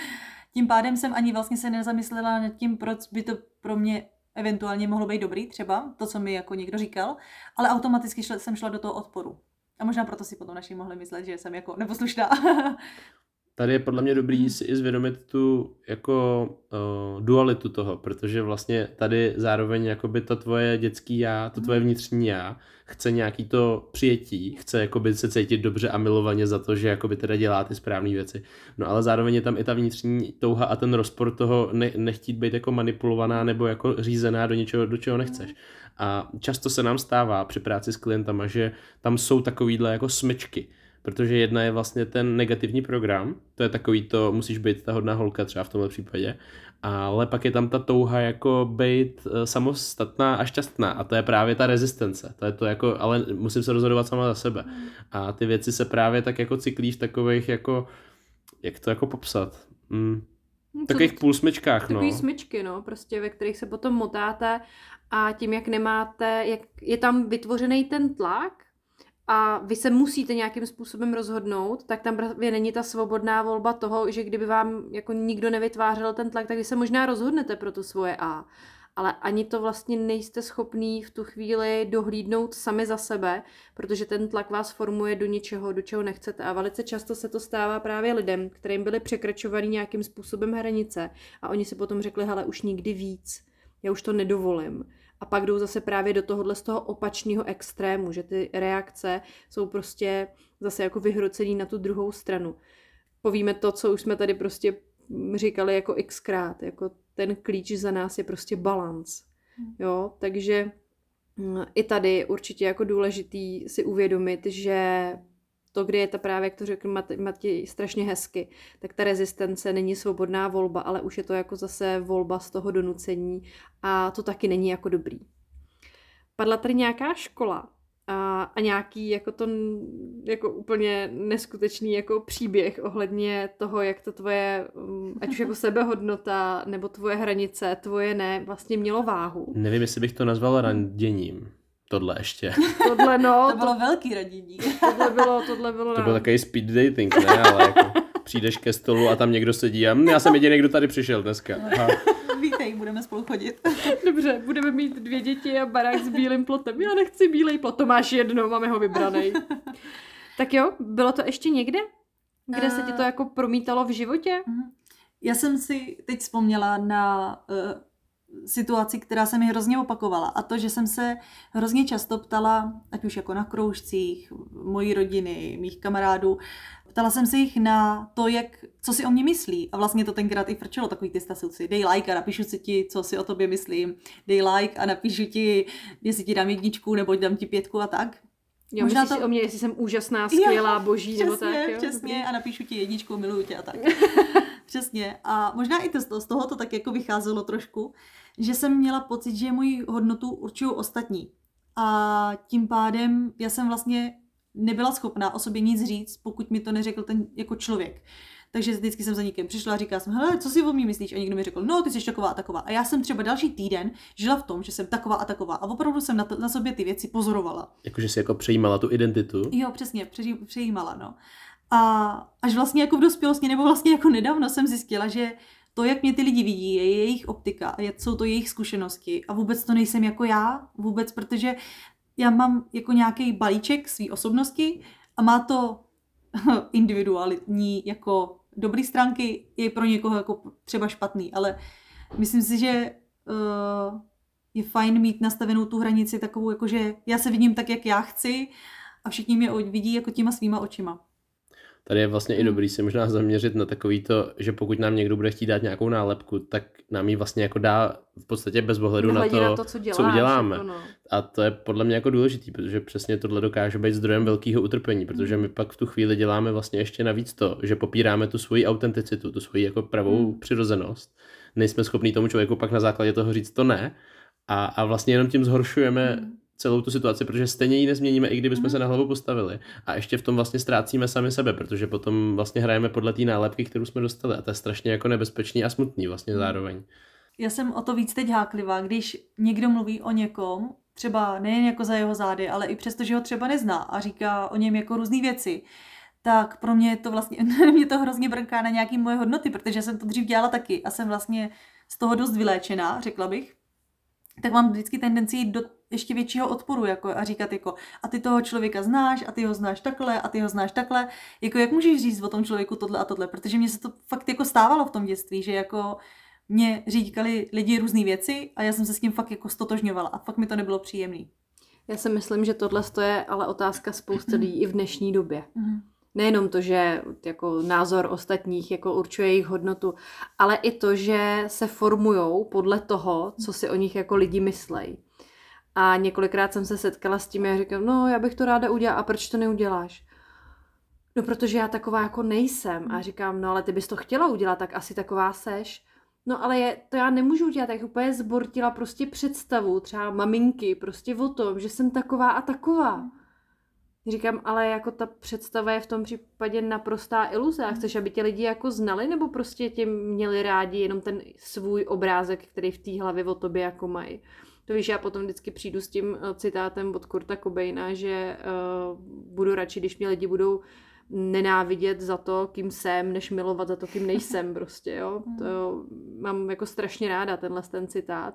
Tím pádem jsem ani vlastně se nezamyslela nad tím, proč by to pro mě eventuálně mohlo být dobrý, třeba to, co mi jako někdo říkal, ale automaticky jsem šla do toho odporu. A možná proto si potom naši mohli myslet, že jsem jako neposlušná.
Tady je podle mě dobrý si i zvědomit tu jako dualitu toho, protože vlastně tady zároveň jakoby to tvoje dětský já, to tvoje vnitřní já chce nějaký to přijetí, chce jakoby se cítit dobře a milovaně za to, že jakoby teda dělá ty správné věci. No ale zároveň je tam i ta vnitřní touha a ten rozpor toho nechtít být jako manipulovaná nebo jako řízená do něčeho, do čeho nechceš. A často se nám stává při práci s klientama, že tam jsou takovýhle jako smyčky. Protože jedna je vlastně ten negativní program, to je takový to, musíš být ta hodná holka třeba v tomhle případě, ale pak je tam ta touha jako být samostatná a šťastná a to je právě ta rezistence, to je to jako, ale musím se rozhodovat sama za sebe a ty věci se právě tak jako cyklí v takových jako, jak to jako popsat, takových půlsmyčkách,
takový smyčky, no, prostě ve kterých se potom motáte a tím, jak nemáte, jak je tam vytvořený ten tlak, a vy se musíte nějakým způsobem rozhodnout, tak tam právě není ta svobodná volba toho, že kdyby vám jako nikdo nevytvářel ten tlak, tak vy se možná rozhodnete pro to svoje A. Ale ani to vlastně nejste schopný v tu chvíli dohlídnout sami za sebe, protože ten tlak vás formuje do něčeho, do čeho nechcete. A velice často se to stává právě lidem, kterým byly překračovány nějakým způsobem hranice a oni si potom řekli, hele, už nikdy víc, já už to nedovolím. A pak jdou zase právě do tohohle z toho opačného extrému, že ty reakce jsou prostě zase jako vyhrocený na tu druhou stranu. Povíme to, co už jsme tady prostě říkali jako xkrát, jako ten klíč za nás je prostě balans. Jo, takže i tady určitě jako důležitý si uvědomit, že to, kde je ta právě, jak to řekl Matěj strašně hezky, tak ta rezistence není svobodná volba, ale už je to jako zase volba z toho donucení a to taky není jako dobrý. Padla tady nějaká škola a nějaký jako to jako úplně neskutečný jako příběh ohledně toho, jak to tvoje, ať už jako sebehodnota nebo tvoje hranice, tvoje ne, vlastně mělo váhu.
Nevím, jestli bych to nazval randěním. Tohle ještě.
Tohle no.
To bylo velký radění.
Tohle bylo.
To byl takový speed dating, ne? Ale jako přijdeš ke stolu a tam někdo sedí a já jsem jediný, kdo tady přišel dneska. Aha.
Vítej, budeme spolu chodit.
Dobře, budeme mít 2 děti a barák s bílým plotem. Já nechci bílej plot, to máš jedno, máme ho vybranej. Tak jo, bylo to ještě někde? Kde se ti to jako promítalo v životě?
Já jsem si teď vzpomněla na situaci, která se mi hrozně opakovala. A to, že jsem se hrozně často ptala, ať už jako na kroužcích, mojí rodiny, mých kamarádů, ptala jsem se jich na to, co si o mě myslí. A vlastně to tenkrát i frčelo, takový ty stasuci. Dej like a napíšu si ti, co si o tobě myslím. Dej like a napíšu ti, jestli ti dám 1 nebo dám ti 5 a tak.
Jo, možná to o mě, jestli jsem úžasná, skvělá, boží,
přesně,
nebo tak. Jo?
Přesně, a napíšu ti 1, miluju tě a tak. Přesně. A možná i z toho to tak jako vycházelo trošku, že jsem měla pocit, že moji hodnotu určují ostatní. A tím pádem já jsem vlastně nebyla schopná o sobě nic říct, pokud mi to neřekl ten jako člověk. Takže vždycky jsem za někým přišla a říkala jsem, hele, co si o mě myslíš? A někdo mi řekl, no, ty jsi taková a taková. A já jsem třeba další týden žila v tom, že jsem taková a taková. A opravdu jsem na sobě ty věci pozorovala.
Jakože jsi jako přejímala tu identitu.
Jo, přesně, přejímala, no. A až vlastně jako v dospělosti, nebo vlastně jako nedávno jsem zjistila, že to, jak mě ty lidi vidí, je jejich optika, jsou to jejich zkušenosti a vůbec to nejsem jako já, vůbec, protože já mám jako nějaký balíček své osobnosti a má to individuální jako dobrý stránky, je pro někoho jako třeba špatný, ale myslím si, že je fajn mít nastavenou tu hranici takovou, jako že já se vidím tak, jak já chci a všichni mě vidí jako těma svýma očima.
Tady je vlastně i dobrý si možná zaměřit na takový to, že pokud nám někdo bude chtít dát nějakou nálepku, tak nám ji vlastně jako dá v podstatě bez ohledu na to, co uděláme. Jako no. A to je podle mě jako důležitý, protože přesně tohle dokáže být zdrojem velkého utrpení, protože my pak v tu chvíli děláme vlastně ještě navíc to, že popíráme tu svoji autenticitu, tu svoji jako pravou přirozenost. Nejsme schopní tomu člověku pak na základě toho říct to ne a vlastně jenom tím zhoršujeme celou tu situaci, protože stejně ji nezměníme, i kdybychom se na hlavu postavili. A ještě v tom vlastně ztrácíme sami sebe, protože potom vlastně hrajeme podle té nálepky, kterou jsme dostali. A to je strašně jako nebezpečný a smutný vlastně zároveň.
Já jsem o to víc teď háklivá, když někdo mluví o někom, třeba nejen jako za jeho zády, ale i přesto, že ho třeba nezná a říká o něm jako různý věci, tak pro mě je to vlastně, mě to hrozně brnká na nějaký moje hodnoty, protože jsem to dřív dělala taky a jsem vlastně z toho dost vyléčená, řekla bych. Tak mám vždycky tendenci jít do ještě většího odporu jako, a říkat jako a ty toho člověka znáš a ty ho znáš takhle a ty ho znáš takhle. Jako jak můžeš říct o tom člověku tohle a tohle, protože mě se to fakt jako stávalo v tom dětství, že jako mě říkali lidi různé věci a já jsem se s tím fakt jako stotožňovala a fakt mi to nebylo příjemný.
Já si myslím, že tohle je ale otázka spousty lidí i v dnešní době. Nejenom to, že jako názor ostatních jako určuje jejich hodnotu, ale i to, že se formujou podle toho, co si o nich jako lidi myslejí. A několikrát jsem se setkala s tím a říkám, no já bych to ráda udělala, a proč to neuděláš? No protože já taková jako nejsem. A říkám, no ale ty bys to chtěla udělat, tak asi taková seš. No ale to já nemůžu udělat, tak úplně zbortila prostě představu, třeba maminky, prostě o tom, že jsem taková a taková. Říkám, ale jako ta představa je v tom případě naprostá iluze. A chceš, aby tě lidi jako znali, nebo prostě tě měli rádi jenom ten svůj obrázek, který v té hlavě o tobě jako mají. To víš, já potom vždycky přijdu s tím citátem od Kurta Cobaina, že budu radši, když mě lidi budou nenávidět za to, kým jsem, než milovat za to, kým nejsem prostě, jo. To mám jako strašně ráda, ten citát.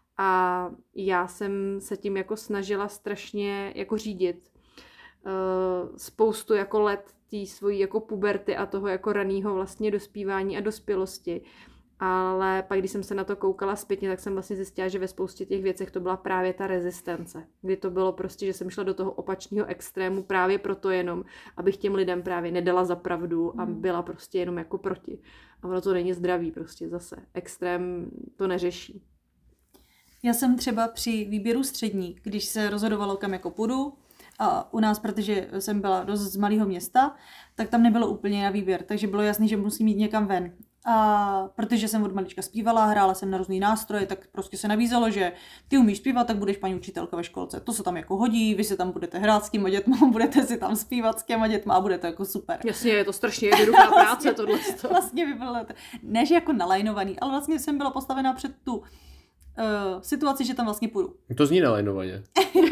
A já jsem se tím jako snažila strašně jako řídit. Spoustu jako let té svojí jako puberty a toho jako ranýho vlastně dospívání a dospělosti. Ale pak, když jsem se na to koukala zpětně, tak jsem vlastně zjistila, že ve spoustě těch věcech to byla právě ta rezistence. Kdy to bylo prostě, že jsem šla do toho opačného extrému právě proto jenom, abych těm lidem právě nedala za pravdu a byla prostě jenom jako proti. A ono to není zdravý prostě zase. Extrém to neřeší.
Já jsem třeba při výběru střední, když se rozhodovalo, kam jako půjdu, a u nás, protože jsem byla dost z malého města, tak tam nebylo úplně na výběr, takže bylo jasné, že musím jít někam ven. A protože jsem od malička zpívala, hrála jsem na různý nástroje, tak prostě se nabízelo, že ty umíš zpívat, tak budeš paní učitelka ve školce. To se tam jako hodí, vy se tam budete hrát s těma dětma, budete si tam zpívat s těma dětma a bude to jako super.
Jasně, je to strašně jednoduchá práce tohle.
Vlastně by bylo ne, že jako nalajnovaný, ale vlastně jsem byla postavena před tu situaci, že tam vlastně půjdu.
To zní nalajnovaně.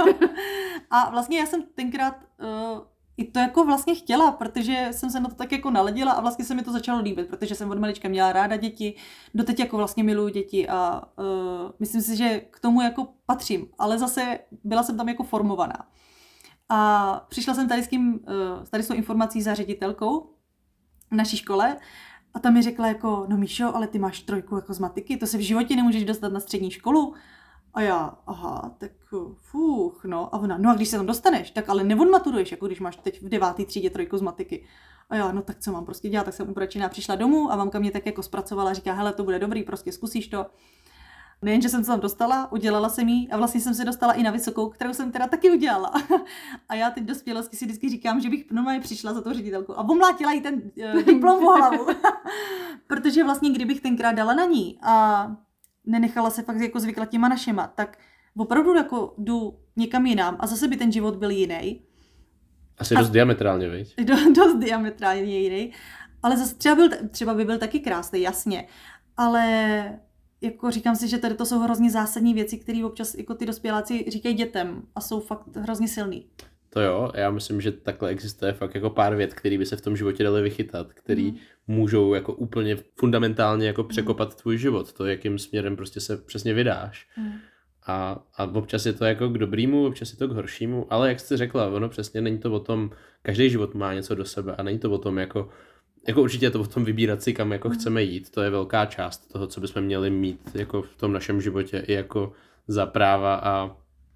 A vlastně já jsem tenkrát i to jako vlastně chtěla, protože jsem se na to tak jako naladila a vlastně se mi to začalo líbit, protože jsem od malička měla ráda děti, doteď jako vlastně miluju děti a myslím si, že k tomu jako patřím, ale zase byla jsem tam jako formovaná. A přišla jsem tady s tou informací za ředitelkou v naší škole a ta mi řekla jako, no Míšo, ale ty máš 3 jako z matiky, to se v životě nemůžeš dostat na střední školu. A já, aha, tak no. A ona, no a když se tam dostaneš, tak ale neodmaturuješ, jako když máš teď v 9. třídě 3 z matiky. A já, no tak co mám prostě dělat, tak jsem upračená, přišla domů a mamka mě tak jako zpracovala, říká, hele, to bude dobrý, prostě zkusíš to. Nejenže jsem se tam dostala, udělala jsem jí a vlastně jsem se dostala i na vysokou, kterou jsem teda taky udělala. A já teď dospělosti si vždycky říkám, že bych normálně přišla za tou ředitelkou a omlátila jí ten diplom v hlavu. Protože vlastně kdybych tenkrát dala na ní a nenechala se fakt jako zvyklat těma našima, tak opravdu jako jdu někam jinam a zase by ten život byl jiný.
Asi dost diametrálně, viď?
Dost diametrálně jiný. Ale zase třeba by byl taky krásný, jasně. Ale jako říkám si, že tady to jsou hrozně zásadní věci, které občas jako ty dospěláci říkají dětem a jsou fakt hrozně silný.
To jo, já myslím, že takhle existuje fakt jako pár vět, který by se v tom životě daly vychytat, který můžou jako úplně fundamentálně jako překopat tvůj život, to, jakým směrem prostě se přesně vydáš. A občas je to jako k dobrýmu, občas je to k horšímu, ale jak jste řekla, ono přesně není to o tom, každý život má něco do sebe a není to o tom jako určitě je to o tom vybírat si, kam jako chceme jít, to je velká část toho, co bychom měli mít jako v tom našem životě i jako za práva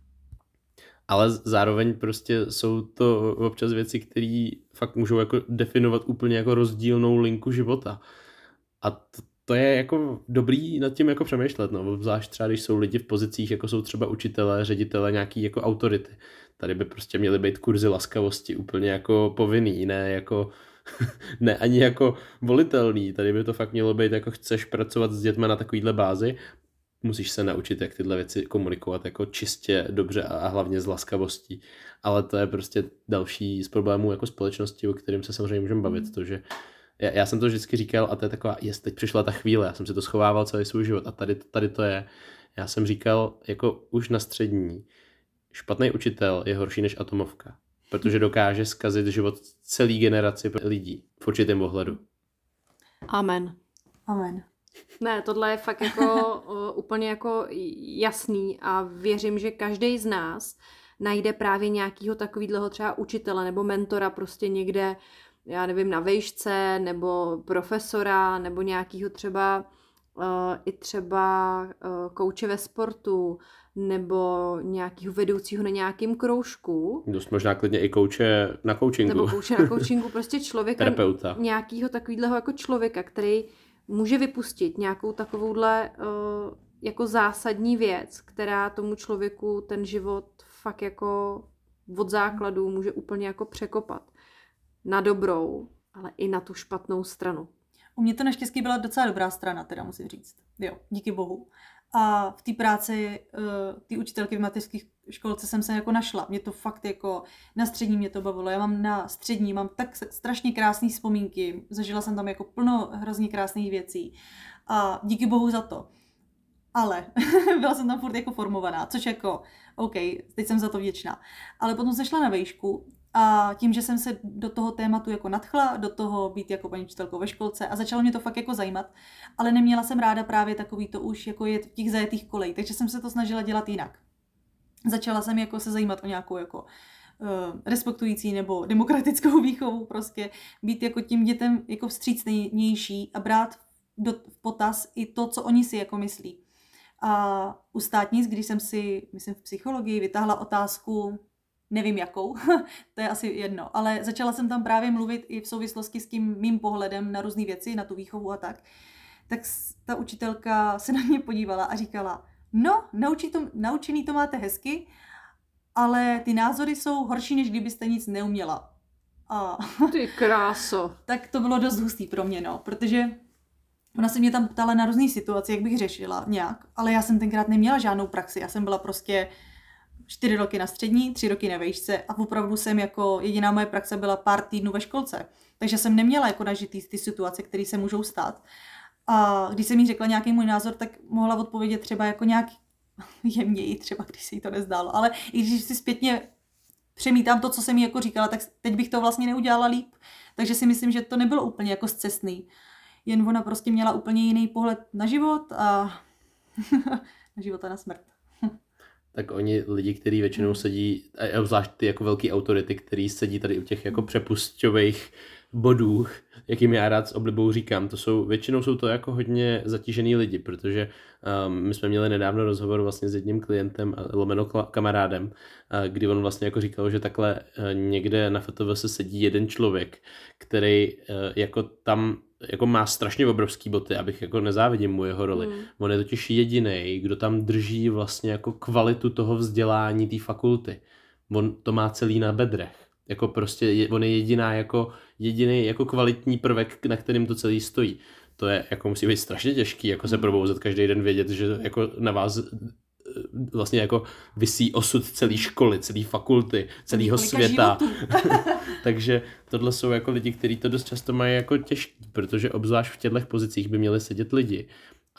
ale zároveň prostě jsou to občas věci, které fakt můžou jako definovat úplně jako rozdílnou linku života. A to je jako dobrý nad tím jako přemýšlet, no, zvlášť třeba, když jsou lidi v pozicích, jako jsou třeba učitelé, ředitelé, nějaký jako autority. Tady by prostě měly být kurzy laskavosti úplně jako povinný, ne jako ne ani jako volitelný. Tady by to fakt mělo být, jako chceš pracovat s dětmi na takovýhle bázi, musíš se naučit, jak tyhle věci komunikovat jako čistě, dobře a hlavně s laskavostí. Ale to je prostě další z problémů jako společnosti, o kterým se samozřejmě můžeme bavit. To, že já jsem to vždycky říkal a to je taková, teď přišla ta chvíle, já jsem si to schovával celý svůj život a tady to je. Já jsem říkal, jako už na střední, špatný učitel je horší než atomovka, protože dokáže zkazit život celý generaci lidí v určitém ohledu.
Amen.
Amen.
Ne, tohle je fakt jako úplně jako jasný a věřím, že každý z nás najde právě nějakého takového třeba učitele nebo mentora prostě někde, já nevím, na vejšce nebo profesora nebo nějakého třeba i třeba kouče ve sportu nebo nějakého vedoucího na nějakém kroužku.
Dost možná klidně i kouče na coachingu.
Nebo kouče na coachingu, prostě člověka,
terapeuta.
Nějakého takového jako člověka, který může vypustit nějakou takovouhle jako zásadní věc, která tomu člověku ten život fakt jako od základu může úplně jako překopat. Na dobrou, ale i na tu špatnou stranu.
U mě to naštěstí byla docela dobrá strana, teda musím říct. Jo, díky bohu. A v té práci, té učitelky v mateřské školce jsem se jako našla. Mě to fakt jako, na střední mě to bavilo. Já mám na střední, mám tak strašně krásné vzpomínky. Zažila jsem tam jako plno hrozně krásných věcí. A díky bohu za to. Ale byla jsem tam furt jako formovaná, což jako, OK, teď jsem za to vděčná. Ale potom se šla na vejšku a tím, že jsem se do toho tématu jako nadchla, do toho být jako paní učitelkou ve školce a začalo mě to fakt jako zajímat, ale neměla jsem ráda právě takový to už jako je v těch zajetých kolejích, takže jsem se to snažila dělat jinak. Začala jsem jako se zajímat o nějakou jako respektující nebo demokratickou výchovu, prostě být jako tím dětem jako vstřícnější a brát v potaz i to, co oni si jako myslí. A u státnic, když jsem si, myslím v psychologii, vytáhla otázku, nevím jakou, to je asi jedno, ale začala jsem tam právě mluvit i v souvislosti s tím mým pohledem na různé věci, na tu výchovu a tak ta učitelka se na mě podívala a říkala, no, naučený to máte hezky, ale ty názory jsou horší, než kdybyste nic neuměla. A
ty kráso.
Tak to bylo dost hustý pro mě, no, protože ona se mě tam ptala na různý situace, jak bych řešila nějak, ale já jsem tenkrát neměla žádnou praxi, já jsem byla prostě 4 roky na střední, 3 roky na vejšce a opravdu jsem jako jediná moje praxe byla pár týdnů ve školce. Takže jsem neměla jako nažitý ty situace, které se můžou stát. A když jsem jí řekla nějaký můj názor, tak mohla odpovědět třeba jako nějak jemněji, třeba když se jí to nezdálo. Ale i když si zpětně přemítám to, co jsem jí jako říkala, tak teď bych to vlastně neudělala líp. Takže si myslím, že to nebylo úplně jako scestný. Jen ona prostě měla úplně jiný pohled na život a na život a na smrt.
Tak oni lidi, kteří většinou sedí, a zvlášť ty jako velký autority, který sedí tady u těch jako přepusťových bodů, jakým já rád s oblibou říkám, většinou jsou to jako hodně zatížený lidi, protože my jsme měli nedávno rozhovor vlastně s jedním klientem, lomeno kamarádem, kdy on vlastně jako říkal, že takhle někde na FTV se sedí jeden člověk, který jako tam jako má strašně obrovský boty, abych jako nezávidím mu jeho roli. On je totiž jedinej, kdo tam drží vlastně jako kvalitu toho vzdělání té fakulty. On to má celý na bedrech. Jako prostě on je jediný jako kvalitní prvek, na kterým to celý stojí. To je jako musí být strašně těžký, jako se probouzet každý den vědět, že jako na vás vlastně jako visí osud celé školy, celé fakulty, celého světa. Takže tohle jsou jako lidi, kteří to dost často mají jako těžký, protože obzvlášť v těchto pozicích by měli sedět lidi. A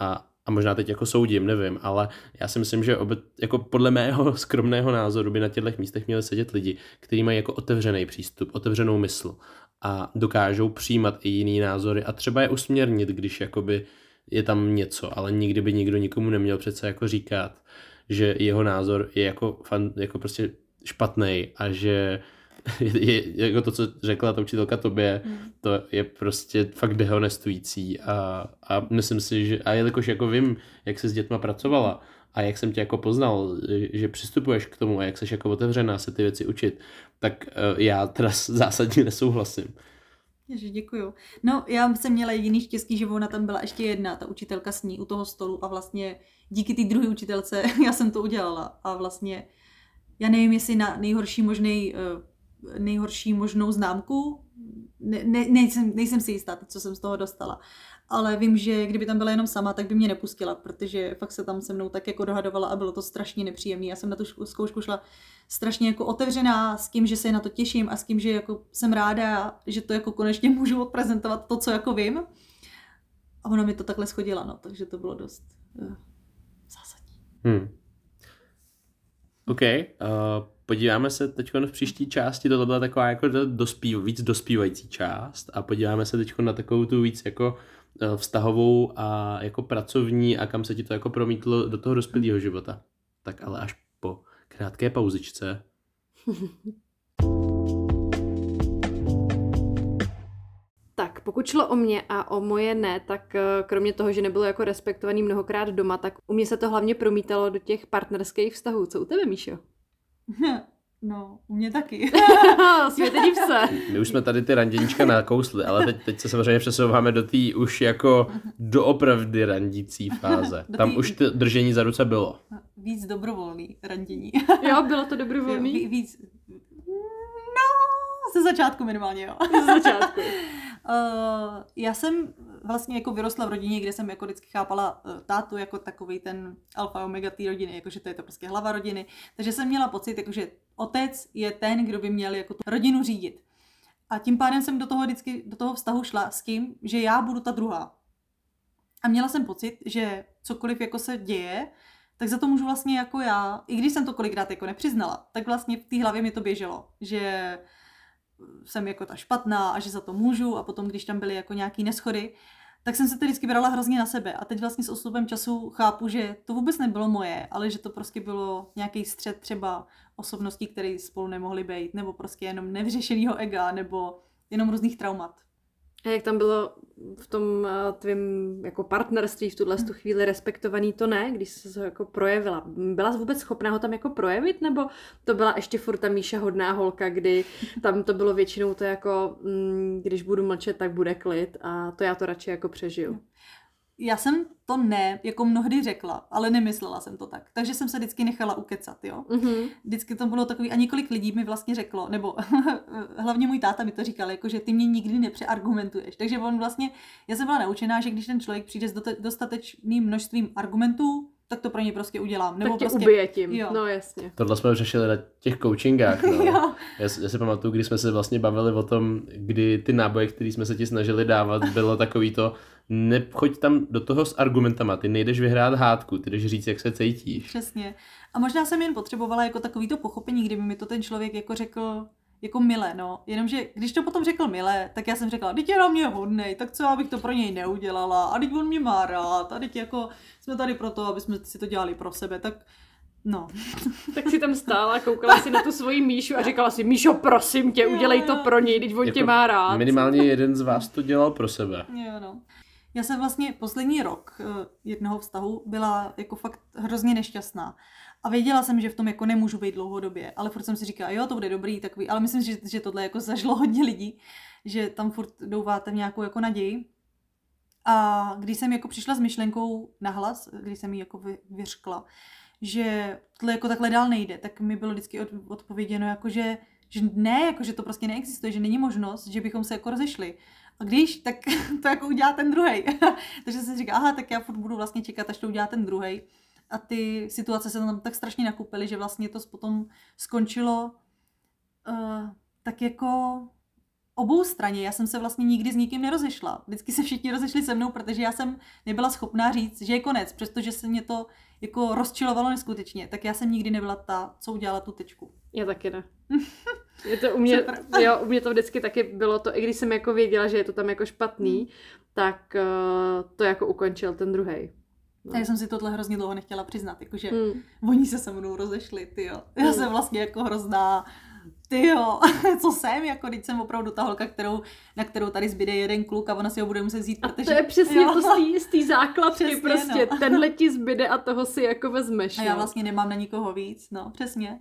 a možná teď jako soudím, nevím, ale já si myslím, že jako podle mého skromného názoru by na těchto místech měli sedět lidi, kteří mají jako otevřený přístup, otevřenou mysl a dokážou přijímat i jiný názory a třeba je usměrnit, když jakoby je tam něco, ale nikdy by nikdo nikomu neměl přece jako říkat, že jeho názor je jako prostě špatnej a že je jako to, co řekla ta učitelka tobě, to je prostě fakt dehonestující a myslím si, že a jelikož jako vím, jak jsi s dětma pracovala a jak jsem tě jako poznal, že přistupuješ k tomu a jak jsi jako otevřená se ty věci učit, tak já teda zásadně nesouhlasím.
Ježiš, děkuju. No, já jsem měla jediný štěstí, že ona tam byla ještě jedna, ta učitelka s ní u toho stolu a vlastně díky té druhé učitelce já jsem to udělala a vlastně já nevím, jestli na nejhorší možnou známku, nejsem si jistá, co jsem z toho dostala, ale vím, že kdyby tam byla jenom sama, tak by mě nepustila, protože fakt se tam se mnou tak jako dohadovala a bylo to strašně nepříjemné. Já jsem na tu zkoušku šla strašně jako otevřená s tím, že se na to těším a s tím, že jako jsem ráda, že to jako konečně můžu odprezentovat to, co jako vím. A ona mi to takhle schodila, no, takže to bylo dost zásadní.
OK, podíváme se teď v příští části, tohle byla taková jako víc dospívající část a podíváme se teď na takovou tu víc jako vztahovou a jako pracovní a kam se ti to jako promítlo do toho dospělého života. Tak ale až po krátké pauzičce.
Tak, pokud šlo o mě a o moje ne, tak kromě toho, že nebylo jako respektovaný mnohokrát doma, tak u mě se to hlavně promítalo do těch partnerských vztahů. Co u tebe, Míšo?
No, u mě taky.
Světe div se.
My už jsme tady ty randěníčka nakousli, ale teď se samozřejmě přesouváme do té už jako doopravdy randící fáze. Tam už to držení za ruce bylo.
Víc dobrovolný randění.
Jo, bylo to dobrovolný?
Víc. No, ze začátku minimálně, jo.
Ze začátku.
Já jsem vlastně jako vyrostla v rodině, kde jsem jako vždycky chápala tátu jako takovej ten alfa omega té rodiny, jakože to je to prostě hlava rodiny. Takže jsem měla pocit, jakože otec je ten, kdo by měl jako tu rodinu řídit. A tím pádem jsem do toho vztahu šla s tím, že já budu ta druhá. A měla jsem pocit, že cokoliv jako se děje, tak za to můžu vlastně jako já, i když jsem to kolikrát jako nepřiznala, tak vlastně v té hlavě mi to běželo, že jsem jako ta špatná a že za to můžu a potom, když tam byly jako nějaký neschody, tak jsem se to vždycky brala hrozně na sebe a teď vlastně s odstupem času chápu, že to vůbec nebylo moje, ale že to prostě bylo nějaký střet třeba osobností, které spolu nemohly být, nebo prostě jenom nevyřešenýho ega, nebo jenom různých traumat.
A jak tam bylo v tom tvým jako partnerství v tuhle chvíli respektovaný, to ne, když jsi ho jako projevila? Byla jsi vůbec schopná ho tam jako projevit, nebo to byla ještě furt ta Míša hodná holka, kdy tam to bylo většinou to jako, když budu mlčet, tak bude klid a to já to radši jako přežiju?
Já jsem to ne, jako mnohdy řekla, ale nemyslela jsem to tak. Takže jsem se vždycky nechala ukecat, jo. Mm-hmm. Vždycky to bylo takový, a několik lidí mi vlastně řeklo, nebo hlavně můj táta mi to říkal, jako, že ty mě nikdy nepřeargumentuješ. Takže on vlastně, já jsem byla naučená, že když ten člověk přijde s dostatečným množstvím argumentů, tak to pro něj prostě udělám. Nebo
tak tě
prostě
ubije tím,
jo.
No jasně.
Tohle jsme řešili na těch coachingách, no. Já si pamatuju, když jsme se vlastně bavili o tom, kdy ty náboje, které jsme se ti snažili dávat, bylo takový to, nechoď tam do toho s argumentama, ty nejdeš vyhrát hádku, ty jdeš říct, jak se cítíš.
Přesně. A možná jsem jen potřebovala jako takový to pochopení, kdyby mi to ten člověk jako řekl jako mile, no. Jenomže když to potom řekl mile, tak já jsem řekla, teď je na mě hodnej, tak co abych to pro něj neudělala, a teď on mě má rád, a teď jako jsme tady proto, aby jsme si to dělali pro sebe, tak no.
Tak si tam stála, koukala si na tu svoji Míšu a říkala si, Míšo, prosím tě, udělej to pro něj, teď on
jako
tě má rád.
Minimálně jeden z vás to dělal pro sebe.
Jo, no. Já jsem vlastně poslední rok jednoho vztahu byla jako fakt hrozně nešťastná. A věděla jsem, že v tom jako nemůžu být dlouhodobě, ale furt jsem si říkala, jo, to bude dobrý, takový, ale myslím, že tohle jako zažilo hodně lidí, že tam furt douváte v nějakou jako naději. A když jsem jako přišla s myšlenkou nahlas, když jsem jí jako vyřkla, že tohle jako takhle dál nejde, tak mi bylo vždycky odpověděno, jako že ne, jako že to prostě neexistuje, že není možnost, že bychom se jako rozešli. A když, tak to jako udělá ten druhej. Takže jsem si říkala, aha, tak já furt budu vlastně čekat, až to udělá ten druhej. A ty situace se tam tak strašně nakupily, že vlastně to potom skončilo tak jako obou straně. Já jsem se vlastně nikdy s nikým nerozešla. Vždycky se všichni rozešli se mnou, protože já jsem nebyla schopná říct, že je konec, přestože se mě to jako rozčilovalo neskutečně, tak já jsem nikdy nebyla ta, co udělala tu tečku.
Já taky ne. Je to u mě to vždycky taky bylo to, i když jsem jako věděla, že je to tam jako špatný, tak to jako ukončil ten druhej.
No. Já jsem si tohle hrozně dlouho nechtěla přiznat, jakože oni se se mnou rozešli, tyjo. Já jsem vlastně jako hrozná, tyjo, co jsem, jako když jsem opravdu ta holka, na kterou tady zbyde jeden kluk a ona si ho bude muset vzít, protože...
A to je přesně to z té základky, přesně, prostě no. Tenhle ti zbyde a toho si jako vezmeš.
A já vlastně nemám na nikoho víc, no, přesně.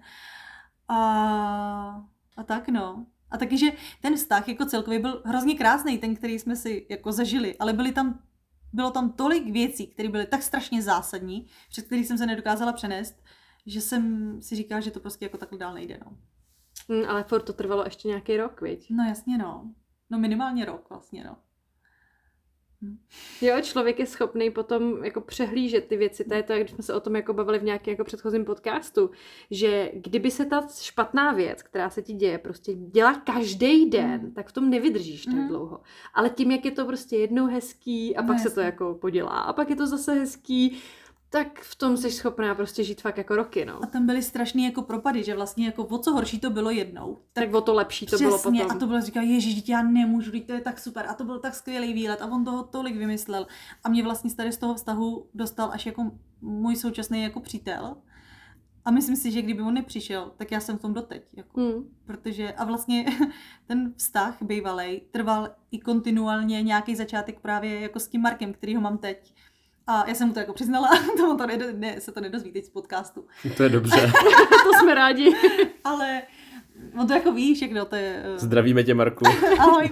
A tak no. A taky, že ten vztah jako celkově byl hrozně krásný, ten, který jsme si jako zažili, ale bylo tam tolik věcí, které byly tak strašně zásadní, před kterých jsem se nedokázala přenést, že jsem si říkala, že to prostě jako takhle dál nejde, no.
Ale furt to trvalo ještě nějaký rok, viď?
No jasně, no. No minimálně rok vlastně, no.
Jo, člověk je schopný potom jako přehlížet ty věci. To je to, jak jsme se o tom jako bavili v nějakém jako předchozím podcastu, že kdyby se ta špatná věc, která se ti děje, prostě dělá každý den, tak v tom nevydržíš tak dlouho. Ale tím, jak je to prostě jednou hezký a pak se to jako podělá a pak je to zase hezký, tak v tom jsi schopná prostě žít fakt jako roky, no.
A tam byly strašný jako propady, že vlastně jako o co horší to bylo jednou.
Tak o to lepší to bylo potom.
A to bylo říkat, ježiš, já nemůžu, to je tak super. A to byl tak skvělý výlet a on toho tolik vymyslel. A mě vlastně tady z toho vztahu dostal až jako můj současný jako přítel. A myslím si, že kdyby on nepřišel, tak já jsem v tom doteď. Jako. Protože, a vlastně ten vztah bývalej trval i kontinuálně nějaký začátek právě jako s tím Markem, který ho mám teď. A já jsem mu to jako přiznala, se to nedozví teď z podcastu.
To je dobře.
To jsme rádi.
Ale on to jako ví všechno, to je...
Zdravíme tě, Marku.
Ahoj.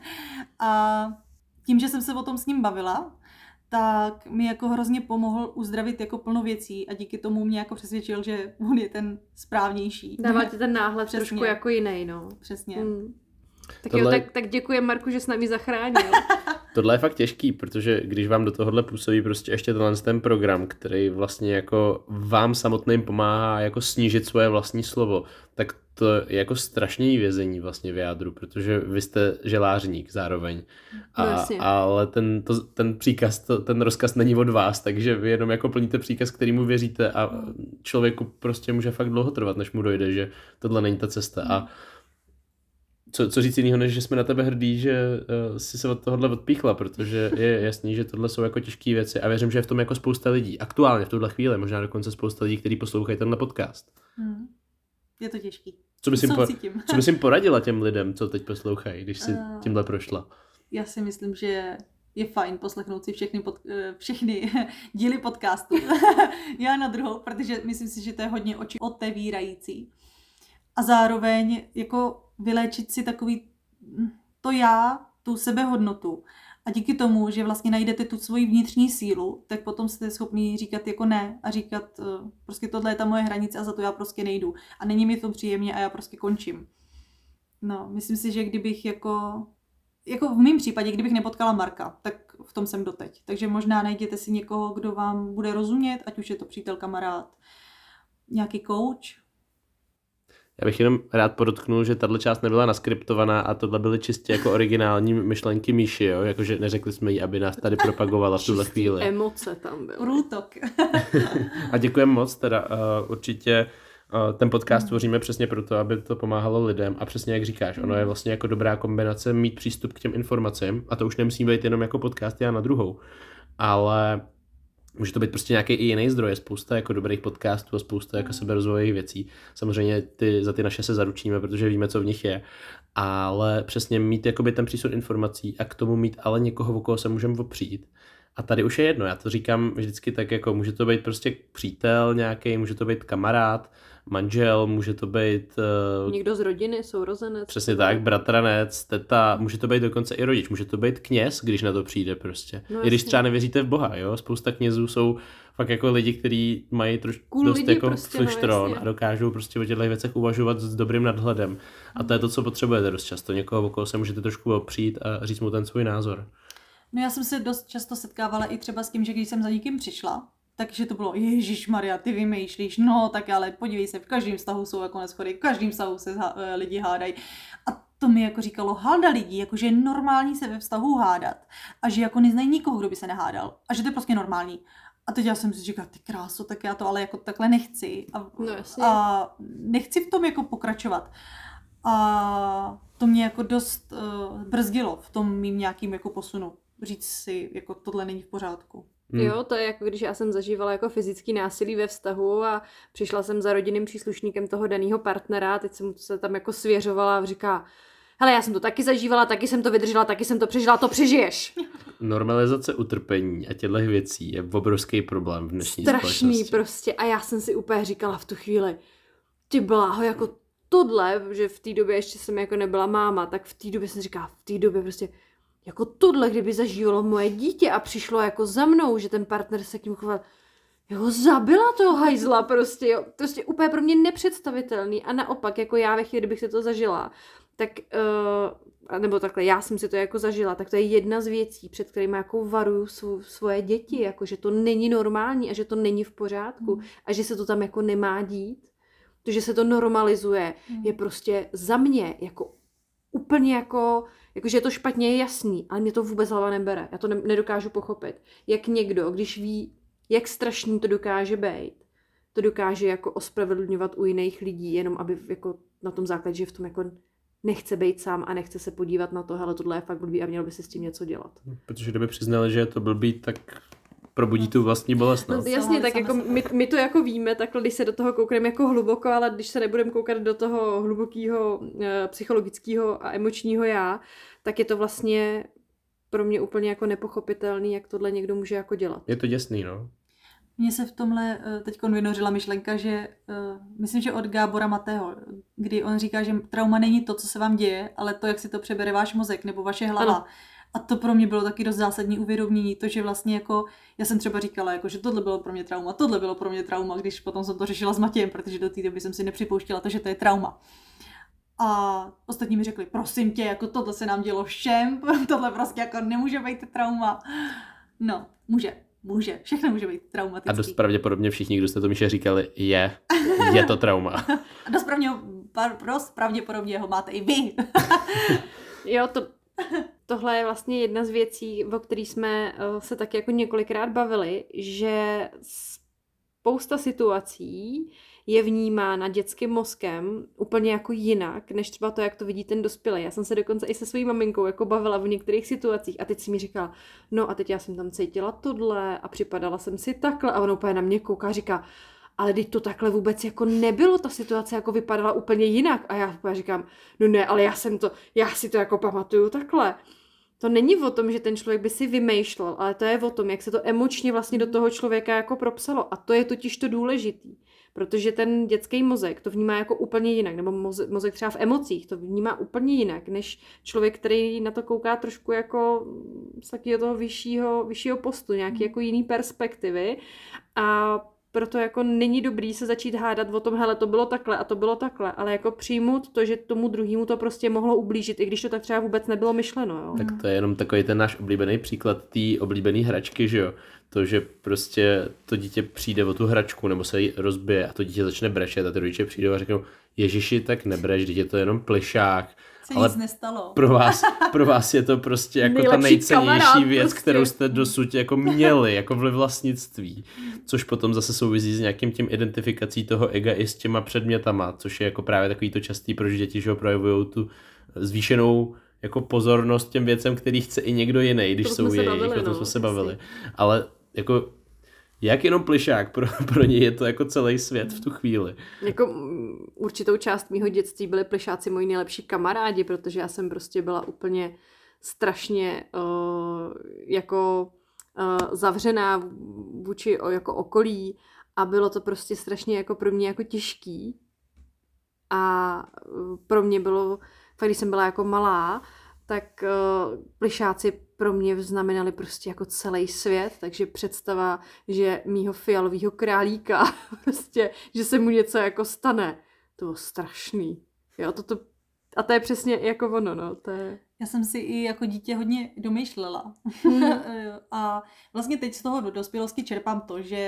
A tím, že jsem se o tom s ním bavila, tak mi jako hrozně pomohl uzdravit jako plno věcí a díky tomu mě jako přesvědčil, že on je ten správnější.
Dává ti ten náhled trošku jako jiný, no.
Přesně.
Tak tohle... jo, tak děkuji Marku, že jsi námi zachránil.
Tohle je fakt těžký, protože když vám do tohohle působí prostě ještě ten program, který vlastně jako vám samotným pomáhá jako snížit svoje vlastní slovo, tak to je jako strašný vězení vlastně v jádru, protože vy jste želářník zároveň. Ale ten příkaz, ten rozkaz není od vás, takže vy jenom jako plníte příkaz, kterýmu věříte a člověku prostě může fakt dlouho trvat, než mu dojde, že tohle není ta cesta. A co říct jinýho, než že jsme na tebe hrdí, že jsi se od tohohle odpíchla, protože je jasný, že tohle jsou jako těžké věci a věřím, že je v tom jako spousta lidí. Aktuálně v tuhle chvíli, možná dokonce spousta lidí, kteří poslouchají tenhle podcast.
Je to těžký.
Co bys jim poradila těm lidem, co teď poslouchají, když jsi tímhle prošla?
Já si myslím, že je fajn poslechnout si všechny díly podcastu. Já na druhou, protože myslím si, že to je hodně oči otevírající. A zároveň jako vyléčit si takový to já, tu sebehodnotu. A díky tomu, že vlastně najdete tu svoji vnitřní sílu, tak potom jste schopni říkat jako ne a říkat prostě tohle je ta moje hranice a za to já prostě nejdu. A není mi to příjemně a já prostě končím. No, myslím si, že kdybych jako v mém případě, kdybych nepotkala Marka, tak v tom jsem doteď. Takže možná najděte si někoho, kdo vám bude rozumět, ať už je to přítel, kamarád, nějaký coach.
Já bych jenom rád podotknul, že tato část nebyla naskriptovaná a tohle byly čistě jako originální myšlenky Míši, jo? Jakože neřekli jsme jí, aby nás tady propagovala v tuhle chvíli.
Emoce tam byly.
Průtok.
A děkujeme moc, teda určitě ten podcast tvoříme přesně proto, aby to pomáhalo lidem a přesně jak říkáš, ono je vlastně jako dobrá kombinace mít přístup k těm informacím a to už nemusí být jenom jako podcast já na druhou, ale může to být prostě nějaký i jiný zdroj, je spousta jako dobrých podcastů a spousta jako seberozvojových věcí. Samozřejmě za ty naše se zaručíme, protože víme, co v nich je, ale přesně mít jakoby ten přísun informací a k tomu mít ale někoho, o koho se můžeme opřít. A tady už je jedno, já to říkám vždycky tak jako, může to být prostě přítel nějaký, může to být kamarád, manžel, může to být...
někdo z rodiny, sourozenec.
Přesně tak, bratranec, teta, může to být dokonce i rodič, může to být kněz, když na to přijde prostě. No, i když třeba nevěříte v Boha, jo, spousta knězů jsou fakt jako lidi, kteří mají trošku dost jako prostě, flustron a dokážou prostě o těchto věcech uvažovat s dobrým nadhledem. A to je to, co potřebujete dost často, někoho, okolo se můžete trošku opřít a říct mu ten svůj názor. No
já jsem se dost často setkávala i třeba s tím, že když jsem za někým přišla, takže to bylo, ježišmarja, ty vymýšlíš, no tak ale podívej se, v každém vztahu jsou jako neshody, v každém vztahu se lidi hádají. A to mi jako říkalo halda lidí, jako že je normální se ve vztahu hádat a že jako neznají nikoho, kdo by se nehádal a že to je prostě normální. A teď já jsem si říkala, ty kráso, tak já to ale jako takhle nechci a nechci v tom jako pokračovat. A to mě jako dost brzdilo v tom mým nějakým jako posunu. Říct si, jako tohle není v pořádku.
Jo, to je jako když já jsem zažívala jako fyzický násilí ve vztahu a přišla jsem za rodinným příslušníkem toho daného partnera a teď jsem se tam jako svěřovala a říká, hele, já jsem to taky zažívala, taky jsem to vydržela, taky jsem to přežila, to přežiješ.
Normalizace utrpení a těchto věcí je obrovský problém v dnešní společnosti.
Strašný prostě a já jsem si úplně říkala v tu chvíli, ty bláho, jako tohle, že v té době ještě jsem jako nebyla máma, tak v té době jsem říkala, v té době prostě jako tohle, kdyby zažívalo moje dítě a přišlo jako za mnou, že ten partner se k ním choval, jako zabila toho hajzla prostě, jo, prostě úplně pro mě nepředstavitelný a naopak, jako já ve chvíli, kdybych si to zažila, tak, nebo takhle, já jsem si to jako zažila, tak to je jedna z věcí, před kterými jako varuju svoje děti, jako že to není normální a že to není v pořádku a že se to tam jako nemá dít. To, že se to normalizuje, je prostě za mě jako úplně jako že je to špatně, je jasný, ale mě to vůbec hlava nebere. Já to nedokážu pochopit. Jak někdo, když ví, jak strašný to dokáže být, to dokáže jako ospravedlňovat u jiných lidí, jenom aby jako na tom základě, že v tom jako nechce být sám a nechce se podívat na to, hele, tohle je fakt blbý a mělo by se s tím něco dělat.
Protože kdyby přiznali, že je to blbý, tak probudí tu vlastní bolest.
No, jasně, tak jako my to jako víme, takhle, když se do toho koukneme jako hluboko, ale když se nebudeme koukat do toho hlubokého psychologického a emočního já, tak je to vlastně pro mě úplně jako nepochopitelný, jak tohle někdo může jako dělat.
Je to děsný, no.
Mně se v tomhle teď vynořila myšlenka, že myslím, že od Gábora Matého, kdy on říká, že trauma není to, co se vám děje, ale to, jak si to přebere váš mozek nebo vaše hlava. Ano. A to pro mě bylo taky dost zásadní uvědomění, to, že vlastně jako, já jsem třeba říkala, jako, že tohle bylo pro mě trauma, když potom jsem to řešila s Matějem, protože do té doby jsem si nepřipouštěla to, že to je trauma. A ostatní mi řekli, prosím tě, jako tohle se nám dělo všem, tohle prostě jako nemůže být trauma. No, může, všechno může být traumatický.
A dost pravděpodobně všichni, kdo jste to Míše říkali, je to trauma.
A dost pravděpodobně ho máte i vy.
Jo, tohle je vlastně jedna z věcí, o kterých jsme se taky jako několikrát bavili, že spousta situací je vnímána dětským mozkem úplně jako jinak, než třeba to, jak to vidí ten dospělý. Já jsem se dokonce i se svojí maminkou jako bavila v některých situacích a teď si mi říkala, no a teď já jsem tam cítila tohle a připadala jsem si takhle a ona úplně na mě kouká a říká, ale teď to takhle vůbec jako nebylo, ta situace jako vypadala úplně jinak a já říkám, no ne, ale já si to jako pamatuju takhle. To není o tom, že ten člověk by si vymýšlel, ale to je o tom, jak se to emočně vlastně do toho člověka jako propsalo a to je totiž to důležitý, protože ten dětský mozek to vnímá jako úplně jinak, nebo mozek třeba v emocích to vnímá úplně jinak, než člověk, který na to kouká trošku jako z takového toho vyššího postu, nějaký jako jiný perspektivy a proto jako není dobrý se začít hádat o tom, hele, to bylo takhle a to bylo takhle, ale jako přijmout to, že tomu druhému to prostě mohlo ublížit, i když to tak třeba vůbec nebylo myšleno, jo.
Tak to je jenom takový ten náš oblíbený příklad té oblíbené hračky, že jo. To, že prostě to dítě přijde o tu hračku nebo se jí rozbije a to dítě začne brečet a ty rodiče přijdou a řeknou, Ježiši, tak nebreč, dítě to je jenom plišák.
Se nic nestalo.
Pro vás je to prostě jako ta nejcennější věc, prostě, kterou jste dosud jako měli, jako v vlastnictví. Což potom zase souvisí s nějakým tím identifikací toho ega i s těma předmětama, což je jako právě takový to častý, proč děti, že projevují tu zvýšenou jako pozornost těm věcem, který chce i někdo jiný, když jsou jejich, o tom jsme se bavili. Ale jako jak jenom plišák, pro ně je to jako celý svět v tu chvíli.
Jako určitou část mýho dětství byli plišáci moji nejlepší kamarádi, protože já jsem prostě byla úplně strašně zavřená vůči jako okolí a bylo to prostě strašně jako pro mě jako těžký. A pro mě bylo, fakt když jsem byla jako malá, tak plišáci pro mě znamenali prostě jako celý svět, takže představa, že mýho fialovýho králíka, prostě, že se mu něco jako stane, to bylo strašný. Jo, a to je přesně jako ono, no, to je...
Já jsem si i jako dítě hodně domýšlela. A vlastně teď z toho do dospělosti čerpám to, že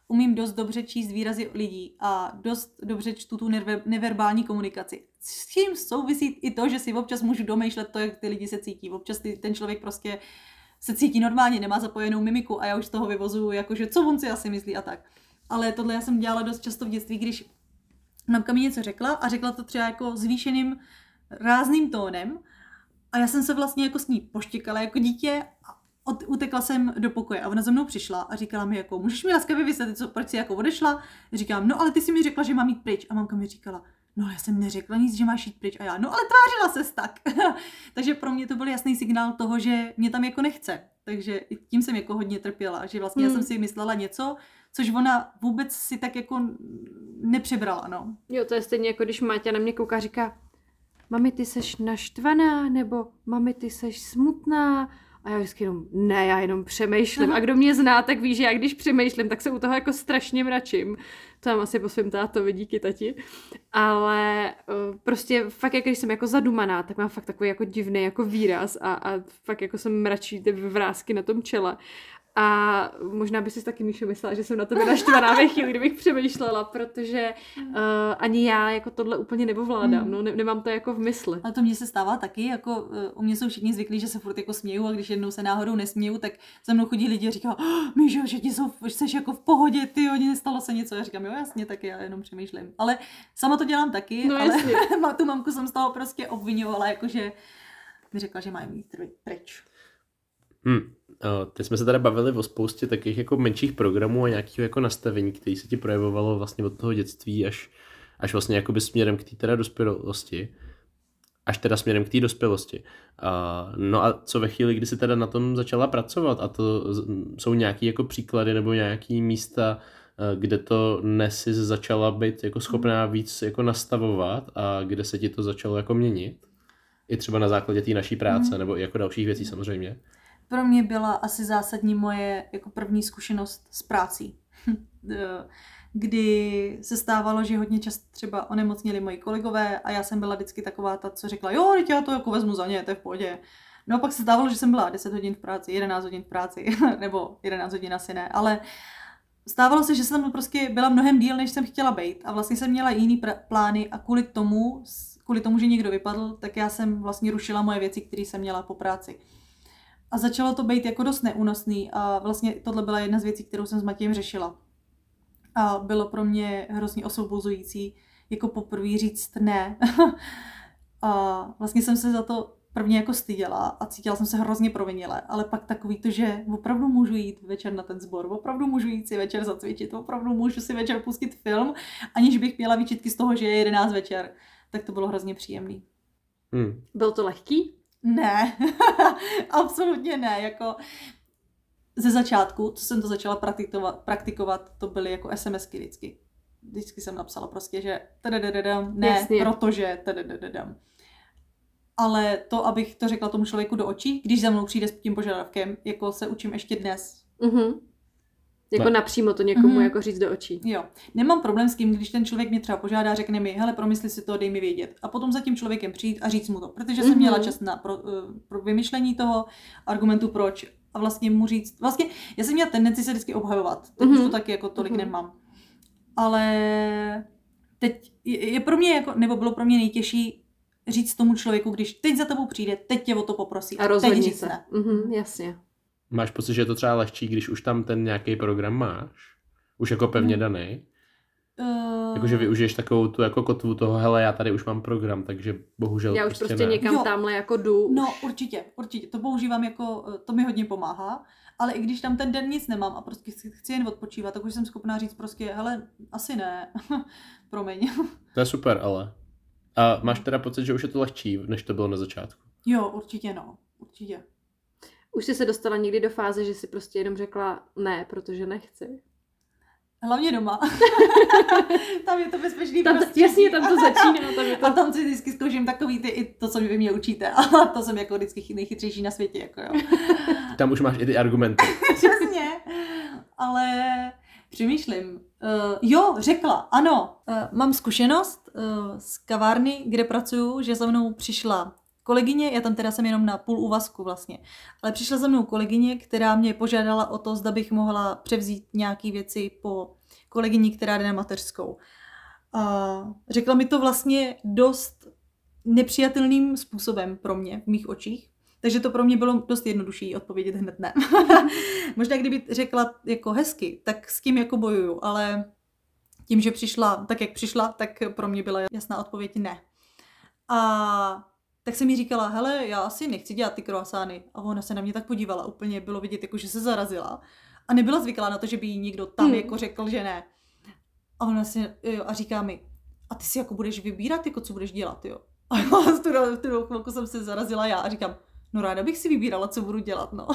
umím dost dobře číst výrazy lidí a dost dobře čtu tu neverbální komunikaci. S tím souvisí i to, že si občas můžu domýšlet to, jak ty lidi se cítí. Občas ten člověk prostě se cítí normálně, nemá zapojenou mimiku a já už z toho vyvozuju, jakože co on si asi myslí a tak. Ale tohle já jsem dělala dost často v dětství, když mamka mi něco řekla a řekla to třeba jako zvýšeným rázným tónem a já jsem se vlastně jako s ní poštěkala jako dítě a utekla jsem do pokoje a ona za mnou přišla a říkala mi jako, můžeš mi laskavě vysvětlit, proč jsi jako odešla? Říkám, no ale ty jsi mi řekla, že mám jít pryč. A mamka mi říkala, no já jsem neřekla nic, že máš jít pryč. A já, no ale tvářila ses tak. Takže pro mě to byl jasný signál toho, že mě tam jako nechce. Takže tím jsem jako hodně trpěla, že vlastně já jsem si myslela něco, což ona vůbec si tak jako nepřebrala, no.
Jo, to je stejně jako když Máťa na mě kouká a říká, mami, ty seš naštvaná, nebo mami, ty seš smutná. A já vždycky jenom, ne, já jenom přemýšlím. A kdo mě zná, tak ví, že já když přemýšlím, tak se u toho jako strašně mračím. To mám asi po svým tátovi, díky tati. Ale prostě fakt, jak když jsem jako zadumaná, tak mám fakt takový jako divný jako výraz a fakt jako jsem mračí ty vrásky na tom čele. A možná by si taky, Míšo, myslela, že jsem na tebe naštvaná ve chvíli, kdybych přemýšlela, protože ani já jako tohle úplně neovládám, no, nemám to jako v mysli.
A to mně se stává taky, jako u mě jsou všichni zvyklí, že se furt jako směju a když jednou se náhodou nesměju, tak za mnou chodí lidi a říká, Míšo, že jsi jako v pohodě, ty, nestalo se něco. Já říkám, jo, jasně, taky já jenom přemýšlím. Ale sama to dělám taky, no, ale tu mamku jsem z toho prostě obvinovala, jakože mi řekla, že má jít pryč.
Teď jsme se tady bavili o spoustě takových jako menších programů a nějakého jako nastavení, které se ti projevovalo vlastně od toho dětství až vlastně jakoby směrem k té teda dospělosti. Až teda směrem k té dospělosti. No a co ve chvíli, kdy jsi teda na tom začala pracovat a to jsou nějaký jako příklady nebo nějaký místa, kde to jsi začala být jako schopná víc jako nastavovat a kde se ti to začalo jako měnit? I třeba na základě té naší práce nebo i jako dalších věcí samozřejmě.
Pro mě byla asi zásadní moje jako první zkušenost s prací, kdy se stávalo, že hodně často třeba onemocněli moji kolegové a já jsem byla vždycky taková ta, co řekla, jo, teď já to jako vezmu za ně, to je v pohodě. No a pak se stávalo, že jsem byla 10 hodin v práci, 11 hodin v práci, nebo 11 hodin asi ne, ale stávalo se, že jsem prostě byla mnohem díl, než jsem chtěla být a vlastně jsem měla jiný plány a kvůli tomu, že někdo vypadl, tak já jsem vlastně rušila moje věci, které jsem měla po práci. A začalo to být jako dost neúnosný a vlastně tohle byla jedna z věcí, kterou jsem s Matějem řešila. A bylo pro mě hrozně osvobozující jako poprvé říct ne. A vlastně jsem se za to prvně jako styděla a cítila jsem se hrozně provinile, ale pak takový to, že opravdu můžu jít večer na ten sbor, opravdu můžu jít si večer zacvičit, opravdu můžu si večer pustit film, aniž bych měla výčitky z toho, že je 11 večer. Tak to bylo hrozně příjemný.
Byl to lehký?
Ne, absolutně ne, jako ze začátku, co jsem to začala praktikovat, to byly jako SMSky vždycky. Vždycky jsem napsala prostě, že ne, jasně. Protože ale to, abych to řekla tomu člověku do očí, když za mnou přijde s tím požadavkem, jako se učím ještě dnes.
Jako napřímo to někomu jako říct do očí.
Jo. Nemám problém s tím, když ten člověk mě třeba požádá, řekne mi, hele, promysli si to, dej mi vědět. A potom za tím člověkem přijít a říct mu to. Protože jsem měla čas na pro vymyšlení toho argumentu proč. A vlastně mu říct, vlastně já jsem měla tendenci se vždycky obhajovat. Teď už to taky jako tolik nemám. Ale teď je pro mě jako, nebo bylo pro mě nejtěžší říct tomu člověku, když teď za tebou přijde, teď tě o to poprosí.
A rozhodni se. Jasně.
Máš pocit, že je to třeba lehčí, když už tam ten nějaký program máš? Už jako pevně daný? Jakože využiješ takovou tu jako kotvu toho, hele, já tady už mám program, takže bohužel
já už prostě někam tamhle jako jdu.
No určitě, to používám jako, to mi hodně pomáhá, ale i když tam ten den nic nemám a prostě chci jen odpočívat, tak už jsem schopná říct prostě, hele, asi ne, promiň.
To je super, ale. A máš teda pocit, že už je to lehčí, než to bylo na začátku?
Jo, určitě.
Už jsi se dostala někdy do fáze, že si prostě jenom řekla ne, protože nechci?
Hlavně doma. Tam je to bezpečný
prostředí. Jasně, tam to začíná.
A tam si vždycky zkouším takový i to, co vy mě učíte. A to jsem jako vždycky nejchytřejší na světě. Jako jo.
Tam už máš i ty argumenty.
Přesně. Ale přemýšlím. Jo, řekla, ano. Mám zkušenost z kavárny, kde pracuju, že za mnou přišla kolegyně, já tam teda jsem jenom na půl úvazku vlastně, ale přišla za mnou kolegyně, která mě požádala o to, zda bych mohla převzít nějaké věci po kolegyní, která jde na mateřskou. A řekla mi to vlastně dost nepřijatelným způsobem pro mě, v mých očích. Takže to pro mě bylo dost jednodušší odpovědět hned ne. Možná kdyby řekla jako hezky, tak s tím jako bojuju, ale tím, že přišla tak, jak přišla, tak pro mě byla jasná odpověď ne. A tak jsem jí říkala, hele, já asi nechci dělat ty croissány. A ona se na mě tak podívala, úplně bylo vidět, jako, že se zarazila. A nebyla zvyklá na to, že by jí někdo tam jako řekl, že ne. A ona si, jo, a říká mi, a ty si jako budeš vybírat, jako co budeš dělat, jo. A v tu chvilku jsem se zarazila já a říkám, no ráda bych si vybírala, co budu dělat, no.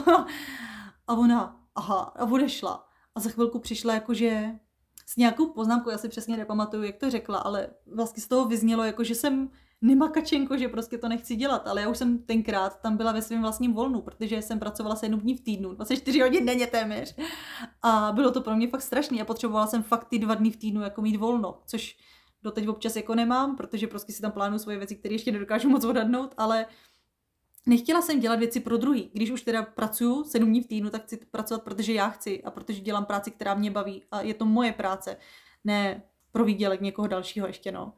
A ona, aha, a odešla. A za chvilku přišla jakože s nějakou poznámkou, já si přesně nepamatuju, jak to řekla, ale vlastně z toho vyznělo, jako že jsem nemakačenko, že prostě to nechci dělat, ale já už jsem tenkrát tam byla ve svém vlastním volnu, protože jsem pracovala 7 dní v týdnu, 24 hodin denně téměř. A bylo to pro mě fakt strašný a potřebovala jsem fakt ty 2 dny v týdnu jako mít volno, což doteď občas jako nemám, protože prostě si tam plánuju svoje věci, které ještě nedokážu moc odhadnout, ale nechtěla jsem dělat věci pro druhý. Když už teda pracuju 7 dní v týdnu, tak chci pracovat, protože já chci a protože dělám práci, která mě baví a je to moje práce, ne pro výdělek někoho dalšího ještě, no.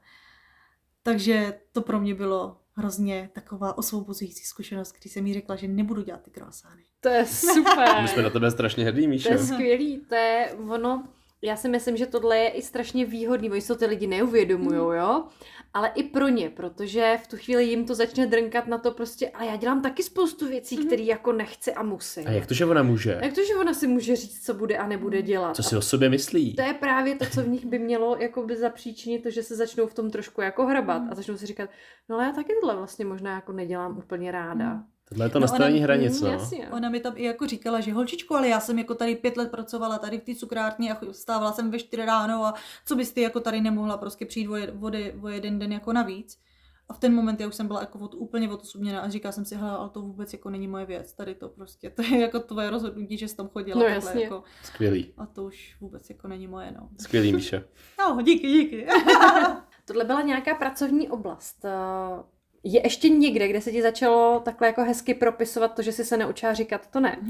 Takže to pro mě bylo hrozně taková osvobozující zkušenost, když jsem jí řekla, že nebudu dělat ty croissány.
To je super.
My jsme na tebe strašně hrdí, Míšo.
To je skvělý, to je ono. Já si myslím, že tohle je i strašně výhodný, oni se to ty lidi neuvědomujou, jo? Ale i pro ně, protože v tu chvíli jim to začne drnkat na to prostě, ale já dělám taky spoustu věcí, které jako nechci a musím.
A jak to, že ona může?
Jak to, že ona si může říct, co bude a nebude dělat?
Co si o sobě myslí?
To je právě to, co v nich by mělo jakoby zapříčinit to, že se začnou v tom trošku jako hrabat a začnou si říkat, no ale já taky tohle vlastně možná jako nedělám úplně ráda.
Tohle je to nastavení hranic, no.
Jasně.
Ona mi tam i jako říkala, že holčičko, ale já jsem jako tady 5 let pracovala tady v té cukrárně a vstávala jsem ve 4 ráno a co bys ty jako tady nemohla prostě přijít o jeden den jako navíc. A v ten moment já už jsem byla jako úplně odosobněná a říkala jsem si, hele, ale to vůbec jako není moje věc, tady to prostě, to je jako tvoje rozhodnutí, že jsi tam chodila.
No
takhle,
jasně.
jako.
Skvělý.
A to už vůbec jako není moje, no.
Skvělý, Míšo.
No, díky.
Tohle byla nějaká pracovní oblast. Je ještě někde, kde se ti začalo takhle jako hezky propisovat to, že jsi se naučila říkat to ne?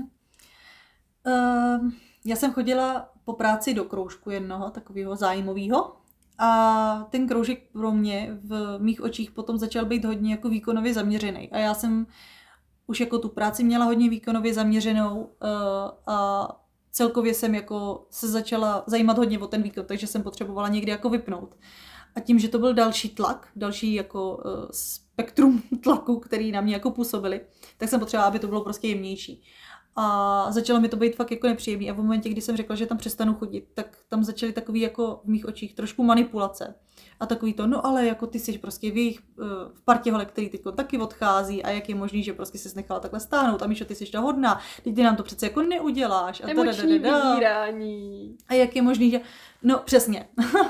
Já jsem chodila po práci do kroužku jednoho, takového zájmového. A ten kroužek pro mě v mých očích potom začal být hodně jako výkonově zaměřený. A já jsem už jako tu práci měla hodně výkonově zaměřenou a celkově jsem jako se začala zajímat hodně o ten výkon, takže jsem potřebovala někdy jako vypnout. A tím, že to byl další tlak, další jako spektrum tlaku, který na mě jako působily, tak jsem potřebovala, aby to bylo prostě jemnější. A začalo mi to být fakt jako nepříjemný. A v momentě, kdy jsem řekla, že tam přestanu chodit, tak tam začaly takový jako v mých očích trošku manipulace. A takový to, no ale jako ty jsi prostě v partě holek, který teď taky odchází a jak je možný, že prostě jsi nechala takhle stáhnout a Míšo, ty jsi ta hodná, teď ty nám to přece jako neuděláš. A
emoční vydírání.
A jak je možný, že... No přesně.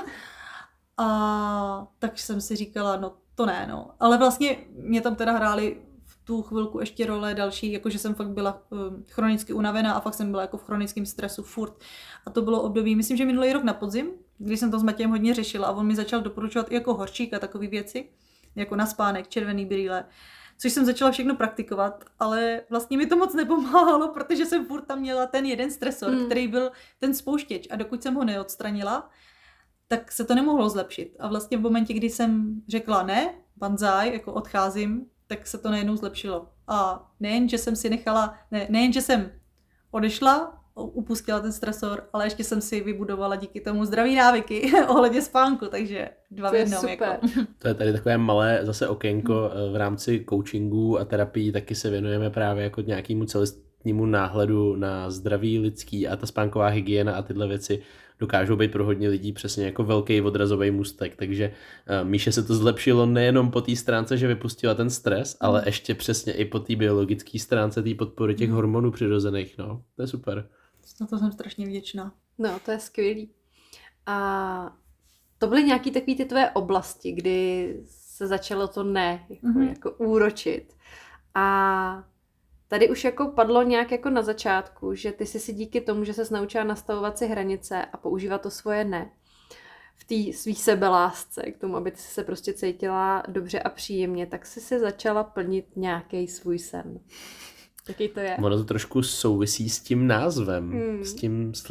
A tak jsem si říkala, no to ne, no. Ale vlastně mě tam teda hráli v tu chvilku ještě role další, jakože jsem fakt byla chronicky unavená a fakt jsem byla jako v chronickém stresu furt. A to bylo období, myslím, že minulý rok na podzim, kdy jsem to s Matějem hodně řešila a on mi začal doporučovat i jako horčík a takové věci, jako na spánek, červený brýle, což jsem začala všechno praktikovat, ale vlastně mi to moc nepomáhalo, protože jsem furt tam měla ten jeden stresor, který byl ten spouštěč a dokud jsem ho neodstranila, tak se to nemohlo zlepšit. A vlastně v momentě, kdy jsem řekla ne, banzai, jako odcházím, tak se to najednou zlepšilo. A nejen, že jsem si nechala, nejen, že jsem odešla, upustila ten stresor, ale ještě jsem si vybudovala díky tomu zdraví návyky ohledně spánku, takže 2 v 1. Jako.
To je tady takové malé zase okénko v rámci coachingu a terapii, taky se věnujeme právě jako nějakému celostnímu náhledu na zdraví lidský a ta spánková hygiena a tyhle věci dokážou být pro hodně lidí přesně jako velký odrazový můstek, takže Míše se to zlepšilo nejenom po té stránce, že vypustila ten stres, ale ještě přesně i po té biologické stránce té podpory těch hormonů přirozených, no, to je super.
Na to jsem strašně vděčná.
No, to je skvělý. A to byly nějaký takový ty tvoje oblasti, kdy se začalo to ne jako úročit. A tady už jako padlo nějak jako na začátku, že ty jsi si díky tomu, že ses naučila nastavovat si hranice a používat to svoje ne v té svý sebelásce, k tomu, aby ty se prostě cítila dobře a příjemně, tak jsi si začala plnit nějaký svůj sen. Jaký to je?
Ono to trošku souvisí s tím názvem, s tím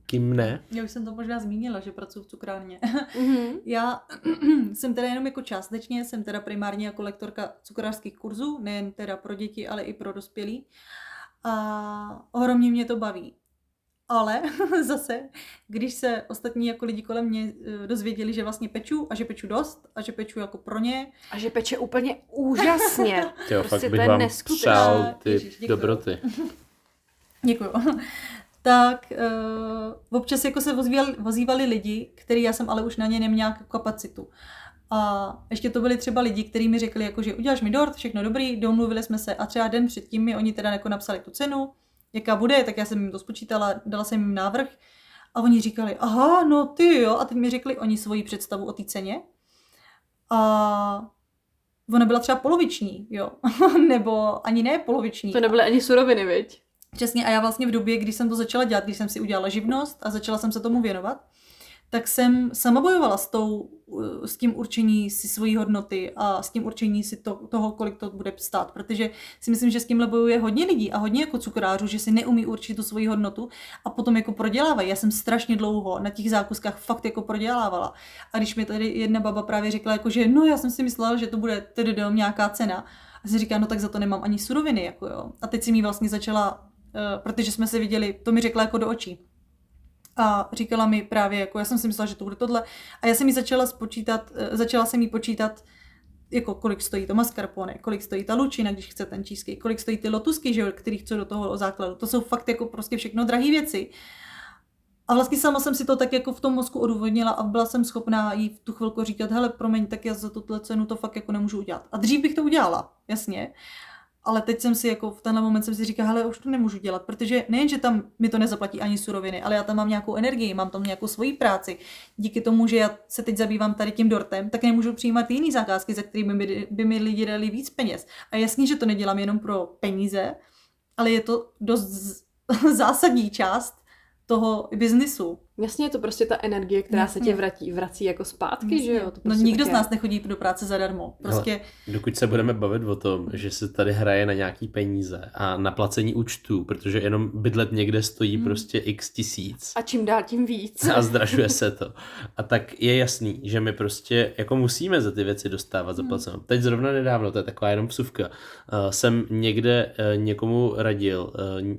kým ne.
Já už jsem to možná zmínila, že pracuji v cukrárně. Já jsem teda jenom jako částečně, jsem teda primárně jako lektorka cukrářských kurzů, nejen teda pro děti, ale i pro dospělí. A ohromně mě to baví. Ale zase, když se ostatní jako lidi kolem mě dozvěděli, že vlastně peču a že peču dost a že peču jako pro ně.
A že peče úplně úžasně.
Jo, prostě fakt bych vám přál ty dobroty.
Děkuju. Tak občas jako se ozývali lidi, který já jsem ale už na ně neměla kapacitu. A ještě to byli třeba lidi, kteří mi řekli, jako, že uděláš mi dort, všechno dobrý, domluvili jsme se a třeba den předtím mi oni teda jako napsali tu cenu, jaká bude, tak já jsem jim to spočítala, dala jsem jim návrh a oni říkali, aha, no ty jo, a teď mi řekli oni svoji představu o té ceně a ona byla třeba poloviční, jo, nebo ani ne poloviční.
To nebyly ani suroviny, viď?
Přesně, a já vlastně v době, kdy jsem to začala dělat, když jsem si udělala živnost a začala jsem se tomu věnovat, tak jsem sama bojovala s tím určení si svojí hodnoty a s tím určení si toho, kolik to bude stát, protože si myslím, že s tímhle bojuje hodně lidí a hodně jako cukrářů, že si neumí určit tu svoji hodnotu a potom jako prodělávají. Já jsem strašně dlouho na těch zákuskách fakt jako prodělávala. A když mi tady jedna baba právě řekla, jako, že no já jsem si myslela, že to bude tedy nějaká cena, a si říká, no tak za to nemám ani suroviny, jako jo. A teď si mi vlastně začala, protože jsme se viděli, to mi řekla jako do očí. A říkala mi právě, jako já jsem si myslela, že to bude tohle. A já jsem jí začala jsem jí počítat, jako kolik stojí to mascarpone, kolik stojí ta lučina, když chce ten cheesecake, kolik stojí ty lotusky, že, který chce do toho základu. To jsou fakt jako prostě všechno drahé věci. A vlastně sama jsem si to tak jako v tom mozku odůvodnila a byla jsem schopná jí v tu chvilku říkat, hele, promiň, tak já za tuhle cenu to fakt jako nemůžu udělat. A dřív bych to udělala, jasně. Ale teď jsem si jako v tenhle moment jsem si říkala, hele, už to nemůžu dělat, protože nejen, že tam mi to nezaplatí ani suroviny, ale já tam mám nějakou energii, mám tam nějakou svoji práci. Díky tomu, že já se teď zabývám tady tím dortem, tak nemůžu přijímat jiný zakázky, za kterými by mi lidi dali víc peněz. A jasně, že to nedělám jenom pro peníze, ale je to dost zásadní část toho biznisu.
Jasně, je to prostě ta energie, která se tě vrací jako zpátky,
jasně.
Že jo? To
prostě nikdo z nás nechodí do práce zadarmo. Prostě...
Ale dokud se budeme bavit o tom, že se tady hraje na nějaký peníze a na placení účtů, protože jenom bydlet někde stojí prostě x tisíc.
A čím dál tím víc.
A zdražuje se to. A tak je jasný, že my prostě jako musíme za ty věci dostávat zaplaceno. Teď zrovna nedávno, to je taková jenom vsuvka, jsem někde někomu radil,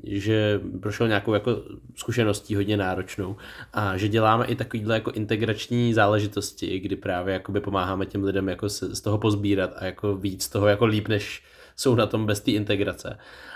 že prošel nějakou jako zkušeností hodně náročnou a že děláme i takovýhle jako integrační záležitosti, kdy právě jakoby pomáháme těm lidem jako se z toho pozbírat a jako víc toho jako líp, než jsou na tom bez té integrace.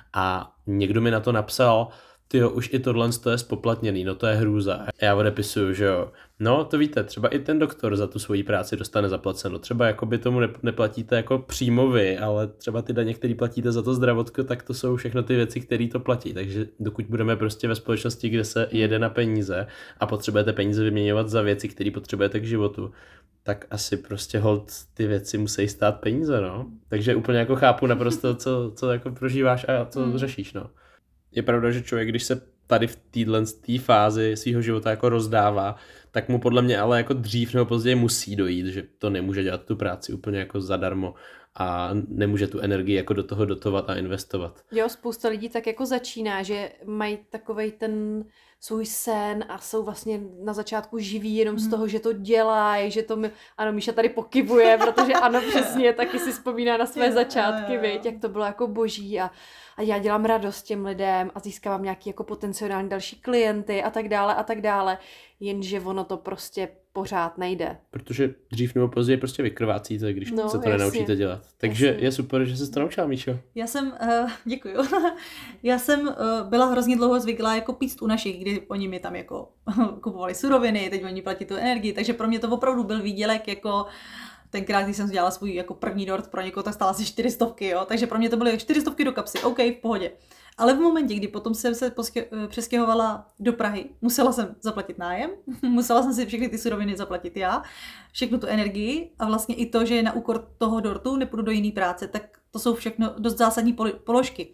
A někdo mi na to napsal, tyjo, už i tohle je spoplatněný, no to je hrůza. A já odepisuju, že jo, no to víte, třeba i ten doktor za tu svoji práci dostane zaplaceno. Třeba jakoby tomu neplatíte jako přímo vy, ale třeba ty daně, které platíte za to zdravotko, tak to jsou všechno ty věci, které to platí. Takže dokud budeme prostě ve společnosti, kde se jede na peníze a potřebujete peníze vyměňovat za věci, které potřebujete k životu, tak asi prostě hold ty věci musí stát peníze, no. Takže úplně jako chápu naprosto, co jako prožíváš a co řešíš, no. Je pravda, že člověk, když se tady v té fázi svého života jako rozdává, tak mu podle mě ale jako dřív nebo později musí dojít, že to nemůže dělat tu práci úplně jako zadarmo a nemůže tu energii jako do toho dotovat a investovat. Jo,
spousta lidí tak jako začíná, že mají takovej ten svůj sen a jsou vlastně na začátku živí jenom z toho, že to dělají, že to ano, Míša tady pokyvuje, protože ano, přesně, taky si vzpomíná na své začátky, viď, jak to bylo jako boží a já dělám radost těm lidem a získávám nějaký jako potenciální další klienty a tak dále, jenže ono to prostě pořád nejde.
Protože dřív nebo později prostě vykrvácíte, když se to nenaučíte dělat. Takže jasně. Je super, že jsi to naučila, Míšo.
Já jsem, děkuju, já jsem byla hrozně dlouho zvyklá jako píct u našich, kdy oni mi tam jako kupovali suroviny, teď oni platí tu energii, takže pro mě to opravdu byl výdělek jako tenkrát, když jsem dělala svůj jako první dort pro někoho, tak stála asi 400, jo, takže pro mě to byly 400 do kapsy, OK, v pohodě. Ale v momentě, kdy potom jsem se přestěhovala do Prahy, musela jsem zaplatit nájem, musela jsem si všechny ty suroviny zaplatit já, všechnu tu energii a vlastně i to, že na úkor toho dortu nepůjdu do jiné práce, tak to jsou všechno dost zásadní položky.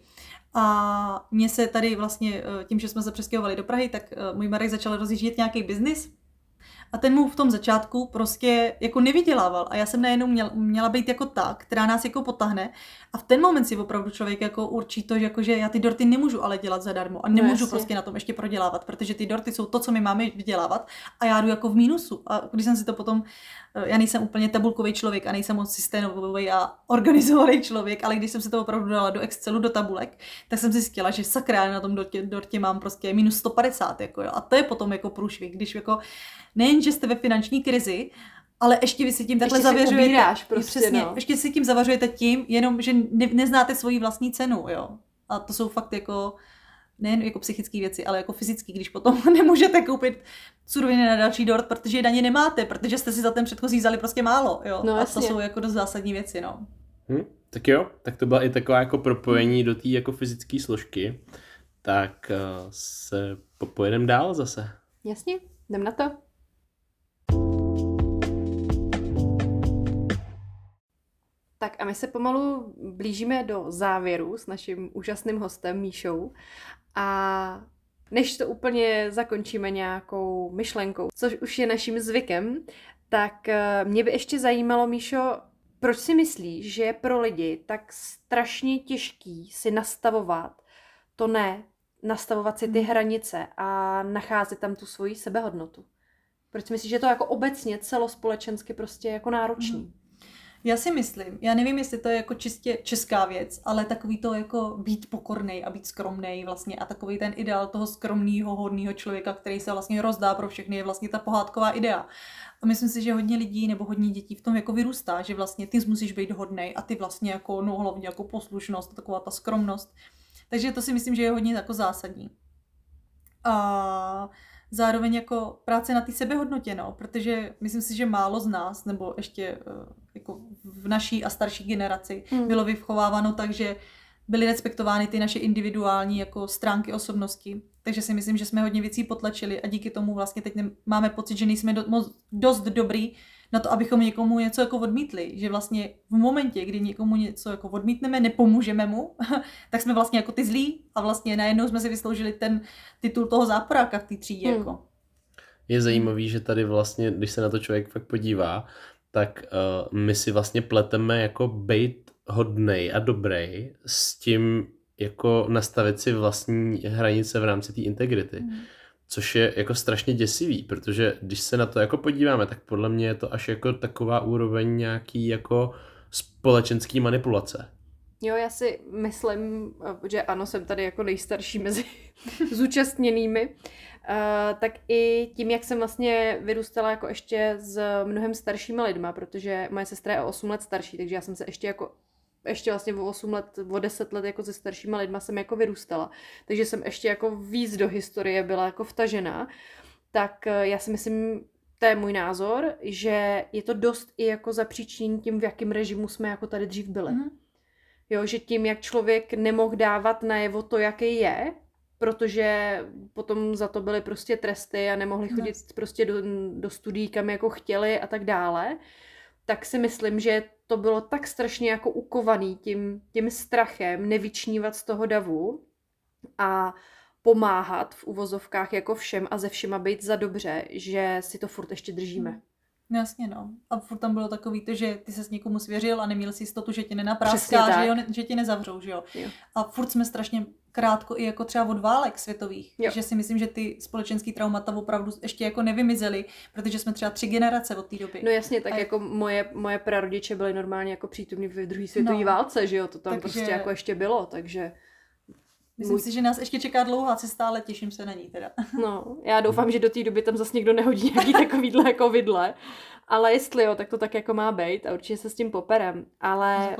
A mně se tady vlastně tím, že jsme se přestěhovali do Prahy, tak můj Marek začal rozjíždět nějaký biznis A ten mu v tom začátku prostě jako nevydělával a já jsem najednou měla být jako ta, která nás jako potáhne a v ten moment si opravdu člověk jako určí to, že, jako, že já ty dorty nemůžu ale dělat zadarmo a nemůžu prostě na tom ještě prodělávat, protože ty dorty jsou to, co my máme vydělávat a já jdu jako v mínusu. A když jsem si to potom, já nejsem úplně tabulkový člověk a nejsem moc systémový a organizovaný člověk, ale když jsem si to opravdu dala do Excelu, do tabulek, tak jsem zjistila, že sakra, na tom dortě mám prostě minus 150, jako, jo. A to je potom jako průšvih, když jako nejen, že jste ve finanční krizi, ale ještě vy si tím takhle zavěřujete.
Prostě,
přesně, ještě si tím zavařujete tím, jenom, že neznáte svoji vlastní cenu, jo. A to jsou fakt jako, nejen jako psychické věci, ale jako fyzické, když potom nemůžete koupit suroviny na další dort, protože je daně nemáte, protože jste si za ten předchozí vzali prostě málo, jo.
No,
a to jsou jako dost zásadní věci, no.
Tak jo, tak to byla i taková jako propojení do té jako fyzické složky. Tak se pojedeme dál zase.
Jasně, jdem na to. Tak a my se pomalu blížíme do závěru s naším úžasným hostem Míšou a než to úplně zakončíme nějakou myšlenkou, což už je naším zvykem, tak mě by ještě zajímalo, Míšo, proč si myslíš, že je pro lidi tak strašně těžký si nastavovat nastavovat si ty hranice a nacházet tam tu svoji sebehodnotu? Proč si myslíš, že to jako obecně celospolečensky prostě jako náročný?
Já si myslím, já nevím, jestli to je jako čistě česká věc, ale takový to jako být pokornej a být skromnej vlastně a takový ten ideál toho skromného, hodného člověka, který se vlastně rozdá pro všechny, je vlastně ta pohádková idea. A myslím si, že hodně lidí nebo hodně dětí v tom jako vyrůstá, že vlastně ty musíš být hodnej a ty vlastně jako, no hlavně jako poslušnost, taková ta skromnost. Takže to si myslím, že je hodně jako zásadní. A zároveň jako práce na té sebehodnotě, no, protože myslím si, že málo z nás, nebo ještě jako v naší a starší generaci bylo vychováváno tak, že byly respektovány ty naše individuální jako stránky osobnosti. Takže si myslím, že jsme hodně věcí potlačili a díky tomu vlastně teď máme pocit, že nejsme dost dobrý na to, abychom někomu něco jako odmítli. Že vlastně v momentě, kdy někomu něco jako odmítneme, nepomůžeme mu, tak jsme vlastně jako ty zlí a vlastně najednou jsme si vysloužili ten titul toho záporáka v té třídě. Jako.
Je zajímavý, že tady vlastně, když se na to člověk fakt podívá, tak my si vlastně pleteme jako bejt hodnej a dobrý s tím jako nastavit si vlastní hranice v rámci té integrity. Což je jako strašně děsivý, protože když se na to jako podíváme, tak podle mě je to až jako taková úroveň nějaký jako společenský manipulace.
Jo, já si myslím, že ano, jsem tady jako nejstarší mezi zúčastněnými, tak i tím, jak jsem vlastně vyrůstala jako ještě s mnohem staršíma lidma, protože moje sestra je o 8 let starší, takže já jsem se ještě vlastně o 8 let, o 10 let jako se staršíma lidma jsem jako vyrůstala. Takže jsem ještě jako víc do historie byla jako vtažená. Tak já si myslím, to je můj názor, že je to dost i jako zapříčinění tím, v jakém režimu jsme jako tady dřív byli. Jo, že tím, jak člověk nemohl dávat najevo to, jaký je, protože potom za to byly prostě tresty a nemohli chodit prostě do studií, kam jako chtěli a tak dále, tak si myslím, že to bylo tak strašně jako ukovaný tím strachem nevyčnívat z toho davu a pomáhat v uvozovkách jako všem a ze všema být za dobře, že si to furt ještě držíme.
Jasně, no. A furt tam bylo takový to, že ty ses někomu svěřil a neměl si jistotu, že tě nenapráská, že tě nezavřou, že jo. A furt jsme strašně krátko i jako třeba od válek světových, že si myslím, že ty společenský traumata opravdu ještě jako nevymizely, protože jsme třeba 3 generace od té doby.
No jasně, tak jako moje prarodiče byly normálně jako přítomní v druhé světové válce, že jo, to tam prostě jako ještě bylo, takže...
Myslím si, že nás ještě čeká dlouhá cesta, ale těším se na ní teda.
No, já doufám, že do té doby tam zase někdo nehodí nějaký takovýhle jako vidle, ale jestli jo, tak to tak jako má být a určitě se s tím poperem, ale...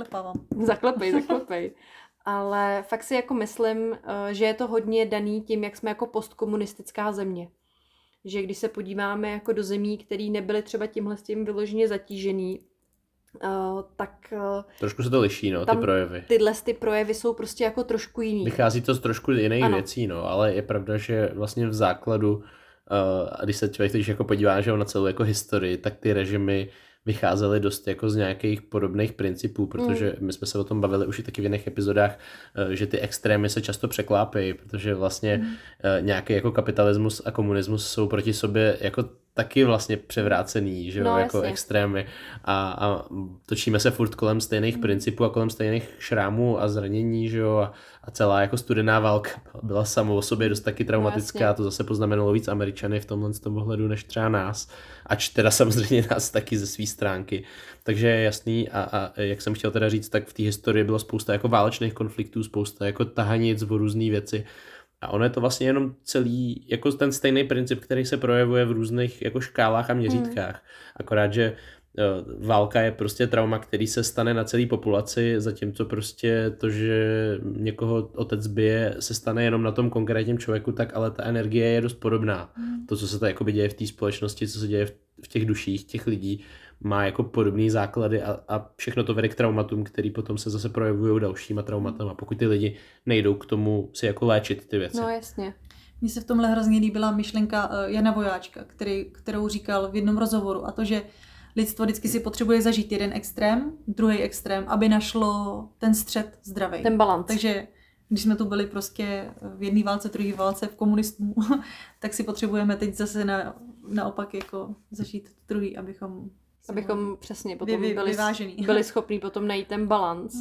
Zaklepej. Ale fakt si jako myslím, že je to hodně daný tím, jak jsme jako postkomunistická země. Že když se podíváme jako do zemí, které nebyly třeba tímhle s tím vyloženě zatížený, tak...
Trošku se to liší, no, ty projevy.
Ty projevy jsou prostě jako trošku jiný.
Vychází to z trošku jiných věcí, no, ale je pravda, že vlastně v základu, a když se člověk jako podívá, že na celou jako historii, tak ty režimy vycházely dost jako z nějakých podobných principů, protože my jsme se o tom bavili už i taky v jiných epizodách, že ty extrémy se často překlápejí, protože vlastně nějaký jako kapitalismus a komunismus jsou proti sobě jako taky vlastně převrácený, že jo,
No,
jako
jasně.
extrémy a točíme se furt kolem stejných principů a kolem stejných šrámů a zranění, že jo, a celá jako studená válka byla sama o sobě dost taky traumatická,
No,
to zase poznamenalo víc Američany v tomhle z tom ohledu než třeba nás, ač teda samozřejmě nás taky ze své stránky, takže je jasný a jak jsem chtěl teda říct, tak v té historii bylo spousta jako válečných konfliktů, spousta jako tahanic o různé věci. A ono je to vlastně jenom celý, jako ten stejný princip, který se projevuje v různých jako škálách a měřítkách. Akorát, že válka je prostě trauma, který se stane na celé populaci, zatímco prostě to, že někoho otec bije, se stane jenom na tom konkrétním člověku, tak ale ta energie je dost podobná. To, co se to jakoby děje v té společnosti, co se děje v těch duších těch lidí, má jako podobné základy a všechno to vede k traumatům, který potom se zase projevují dalšíma traumatama, pokud ty lidi nejdou k tomu si jako léčit ty věci.
No jasně.
Mně se v tomhle hrozně líbila myšlenka Jana Vojáčka, kterou říkal v jednom rozhovoru, a to, že lidstvo vždycky si potřebuje zažít jeden extrém, druhý extrém, aby našlo ten střed zdravý.
Ten balans.
Takže když jsme tu byli prostě v jedné válce, druhé válce v komunismu, tak si potřebujeme teď zase naopak jako zažít druhý, abychom
přesně potom
vyvážený.
byli schopní potom najít ten balans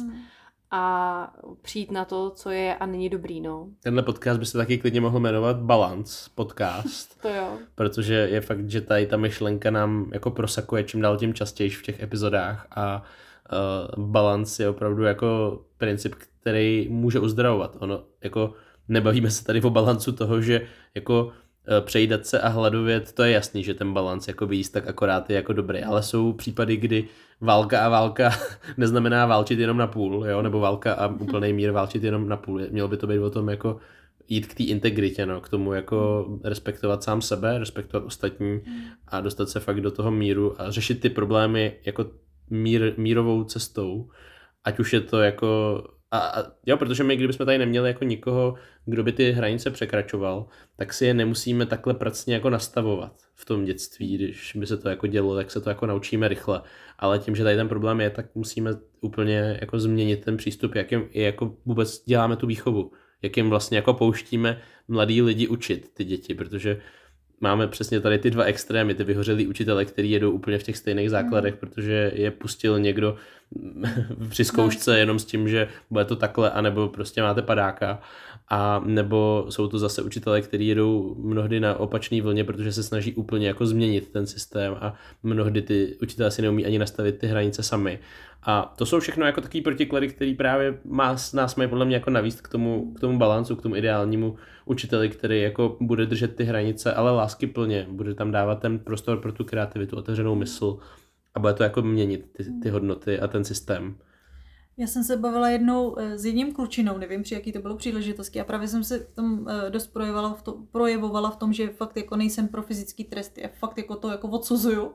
a přijít na to, co je a není dobrý, no.
Tenhle podcast by se taky klidně mohl jmenovat Balance podcast.
To jo.
Protože je fakt, že tady ta myšlenka nám jako prosakuje čím dál tím častěji v těch epizodách a balance je opravdu jako princip, který může uzdravovat. Ono jako nebavíme se tady o balancu toho, že jako přejídat se a hladovět, to je jasný, že ten balans jako jíst tak akorát je jako dobrý, ale jsou případy, kdy válka neznamená válčit jenom na půl, jo? Nebo válka a úplný mír válčit jenom na půl. Mělo by to být o tom jako jít k té integritě, no, k tomu jako respektovat sám sebe, respektovat ostatní a dostat se fakt do toho míru a řešit ty problémy jako mírovou cestou, ať už je to jako jo, protože my, kdybychom tady neměli jako nikoho, kdo by ty hranice překračoval, tak si je nemusíme takhle pracně jako nastavovat v tom dětství, když by se to jako dělo, tak se to jako naučíme rychle, ale tím, že tady ten problém je, tak musíme úplně jako změnit ten přístup, jakým jako vůbec děláme tu výchovu, jakým vlastně jako pouštíme mladý lidi učit ty děti, protože máme přesně tady ty dva extrémy, ty vyhořelí učitele, který jedou úplně v těch stejných základech, protože je pustil někdo při zkoušce jenom s tím, že bude to takhle, anebo prostě máte padáka, a nebo jsou to zase učitelé, kteří jedou mnohdy na opačný vlně, protože se snaží úplně jako změnit ten systém a mnohdy ty učitelé si neumí ani nastavit ty hranice sami. A to jsou všechno jako takový protiklady, který právě nás mají podle mě jako navíst k tomu balancu, k tomu ideálnímu učiteli, který jako bude držet ty hranice, ale láskyplně, bude tam dávat ten prostor pro tu kreativitu, otevřenou mysl a bude to jako měnit ty hodnoty a ten systém.
Já jsem se bavila jednou s jedním klučinou, nevím, při jaký to bylo příležitosti, a právě jsem se tam dost projevovala v tom, že fakt jako nejsem pro fyzický tresty, já fakt jako to jako odsuzuju.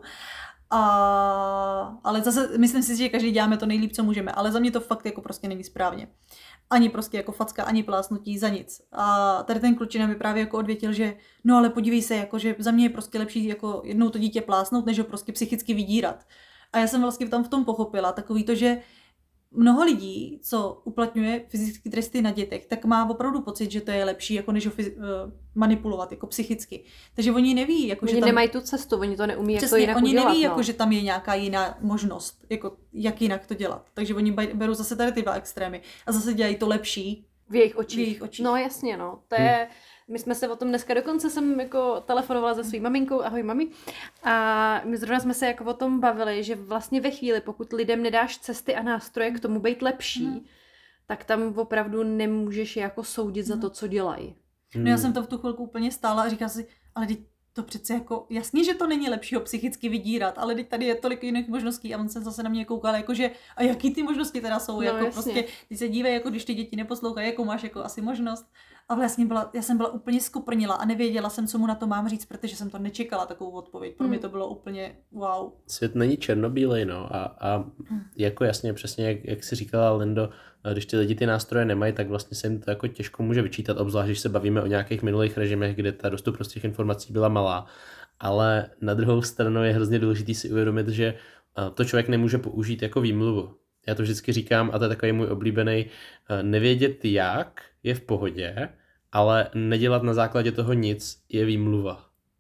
Ale zase myslím si, že každý děláme to nejlíp, co můžeme, ale za mě to fakt jako prostě není správně. Ani prostě jako facka, ani plásnutí, za nic. A tady ten klučina mi právě jako odvětil, že no ale podívej se, jako, že za mě je prostě lepší jako jednou to dítě plásnout, než ho prostě psychicky vydírat. A já jsem vlastně tam v tom pochopila takový to, že mnoho lidí, co uplatňuje fyzické tresty na dětech, tak má opravdu pocit, že to je lepší, jako než ho manipulovat jako psychicky. Takže oni neví, jako,
oni
že tam
nemají tu cestu, oni to neumí,
přesně,
jak to jinak
oni
udělat.
neví,
No.
jako, že tam je nějaká jiná možnost, jako, jak jinak to dělat. Takže oni berou zase tady ty dva extrémy a zase dělají to lepší
V jejich očích.
v jejich očích.
No jasně, no. To je, my jsme se o tom dneska dokonce jsem jako telefonovala se svým maminkou, ahoj mami, a my zrovna jsme se jako o tom bavili, že vlastně ve chvíli, pokud lidem nedáš cesty a nástroje k tomu být lepší, tak tam opravdu nemůžeš jako soudit za to, co dělají.
No já jsem to v tu chvilku úplně stála a říkala si, ale teď to přece jako, jasně, že to není lepší ho psychicky vydírat, ale teď tady je tolik jiných možností a on se zase na mě koukal, jakože a jaký ty možnosti teda jsou,
No,
jako
jasně.
prostě, ty se dívej, jako když ty děti neposlouchají, jakou máš jako asi možnost. A vlastně já jsem byla úplně skuprnila a nevěděla jsem, co mu na to mám říct, protože jsem to nečekala, takovou odpověď. Pro mě to bylo úplně wow.
Svět není černobílej, no, a jako jasně, přesně jak si říkala Lindo, když ty lidi ty nástroje nemají, tak vlastně se jim to jako těžko může vyčítat, obzvlášť když se bavíme o nějakých minulých režimech, kde ta dostupnost těch informací byla malá. Ale na druhou stranu je hrozně důležité si uvědomit, že to člověk nemůže použít jako výmluvu. Já to vždycky říkám, a to je takový můj oblíbený, nevědět jak je v pohodě, ale nedělat na základě toho nic je výmluva.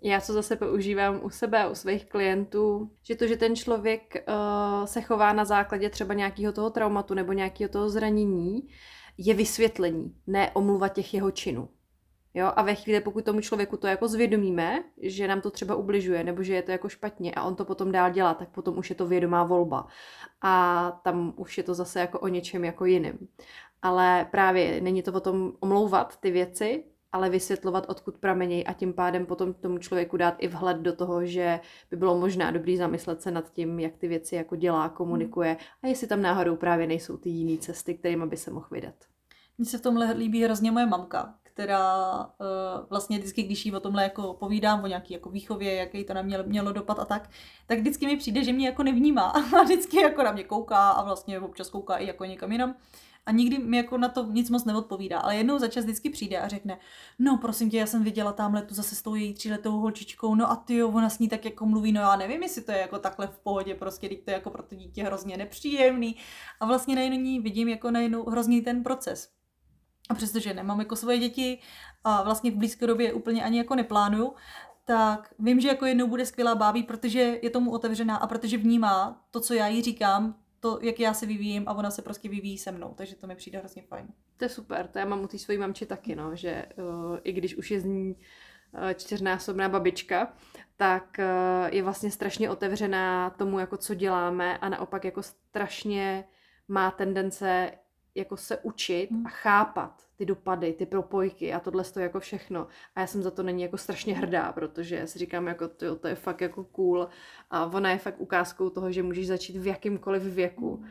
Já co zase používám u sebe a u svých klientů, že to, že ten člověk se chová na základě třeba nějakého toho traumatu nebo nějakého toho zranění, je vysvětlení, ne omluva těch jeho činů. Jo? A ve chvíli, pokud tomu člověku to jako zvědomíme, že nám to třeba ubližuje nebo že je to jako špatně a on to potom dál dělá, tak potom už je to vědomá volba. A tam už je to zase jako o něčem jako jiným. Ale právě není to o tom omlouvat ty věci, ale vysvětlovat, odkud pramenějí a tím pádem potom tomu člověku dát i vhled do toho, že by bylo možná dobrý zamyslet se nad tím, jak ty věci jako dělá, komunikuje a jestli tam náhodou právě nejsou ty jiné cesty, kterými by se mohl vydat.
Mně se v tomhle líbí hrozně moje mamka, která vlastně vždycky, když jí o tomhle jako povídám, o nějaký jako výchově, jaký to na mě mělo dopad a tak vždycky mi přijde, že mě jako nevnímá a vždycky jako na mě kouká a vlastně občas kouká i jako někam jinam. A nikdy mi jako na to nic moc neodpovídá, ale jednou za čas vždycky přijde a řekne, no prosím tě, já jsem viděla tamhle tu zase s tou její 3letou holčičkou, no a ty ona s ní tak jako mluví, no já nevím, jestli to je jako takhle v pohodě, prostě teď to je jako pro to dítě hrozně nepříjemný a vlastně najednou vidím jako najednou hrozný ten proces. A přestože nemám jako svoje děti a vlastně v blízké době úplně ani jako neplánuju, tak vím, že jako jednou bude skvělá bábí, protože je tomu otevřená a protože vnímá to, co já jí říkám, to, jak já se vyvíjím a ona se prostě vyvíjí se mnou, takže to mi přijde hrozně fajn.
To je super, to já mám u té svojí mamči taky, no, že i když už je z ní 4násobná babička, tak je vlastně strašně otevřená tomu, jako co děláme a naopak jako strašně má tendence jako se učit a chápat ty dopady, ty propojky a tohle to jako všechno. A já jsem za to není jako strašně hrdá, protože si říkám, jako to je fakt jako cool a ona je fakt ukázkou toho, že můžeš začít v jakýmkoliv věku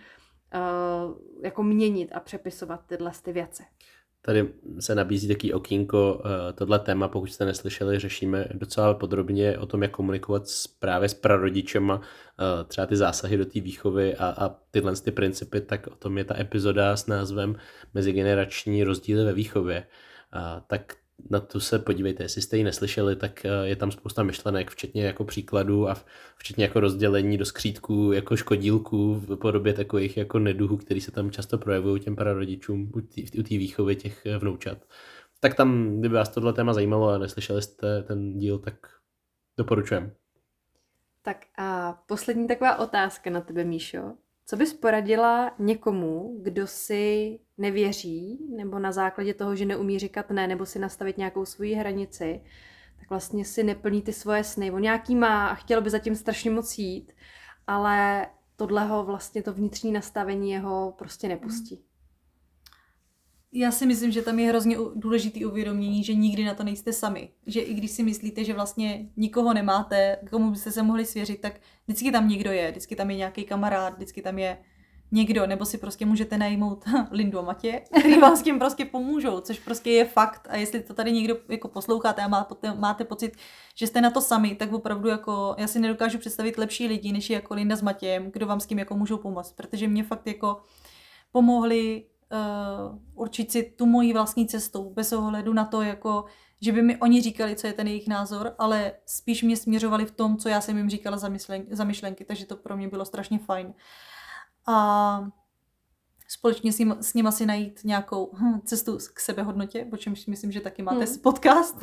jako měnit a přepisovat tyhle ty věci.
Tady se nabízí taký okýnko, tohle téma, pokud jste neslyšeli, řešíme docela podrobně o tom, jak komunikovat právě s prarodičema, třeba ty zásahy do té výchovy a tyhle ty principy, tak o tom je ta epizoda s názvem Mezigenerační rozdíly ve výchově. Tak na tu se podívejte, jestli jste ji neslyšeli, tak je tam spousta myšlenek, včetně jako příkladů a včetně jako rozdělení do skřítků, jako škodílků v podobě takových jako neduhů, který se tam často projevují těm prarodičům u té výchovy těch vnoučat. Tak tam, kdyby vás tohle téma zajímalo a neslyšeli jste ten díl, tak doporučujem.
Tak a poslední taková otázka na tebe, Míšo. Co bys poradila někomu, kdo si nevěří, nebo na základě toho, že neumí říkat ne, nebo si nastavit nějakou svoji hranici, tak vlastně si neplní ty svoje sny. On nějaký má a chtěl by zatím strašně moc jít, ale tohleho vlastně to vnitřní nastavení jeho prostě nepustí.
Já si myslím, že tam je hrozně důležitý uvědomění, že nikdy na to nejste sami. Že i když si myslíte, že vlastně nikoho nemáte, komu byste se mohli svěřit, tak vždycky tam někdo je, vždycky tam je nějaký kamarád, vždycky tam je někdo, nebo si prostě můžete najmout Lindu a Matěje, který vám s tím prostě pomůžou, což prostě je fakt. A jestli to tady někdo jako posloucháte a máte pocit, že jste na to sami, tak opravdu jako já si nedokážu představit lepší lidi, než je jako Linda s Matějem, kdo vám s tím jako můžou pomoct, protože mě fakt jako pomohli určit si tu moji vlastní cestu, bez ohledu na to, jako, že by mi oni říkali, co je ten jejich názor, ale spíš mě směřovali v tom, co já jsem jim říkala za myšlenky, takže to pro mě bylo strašně fajn. A společně s nima si najít nějakou cestu k sebehodnotě, o čemž myslím, že taky máte podcast,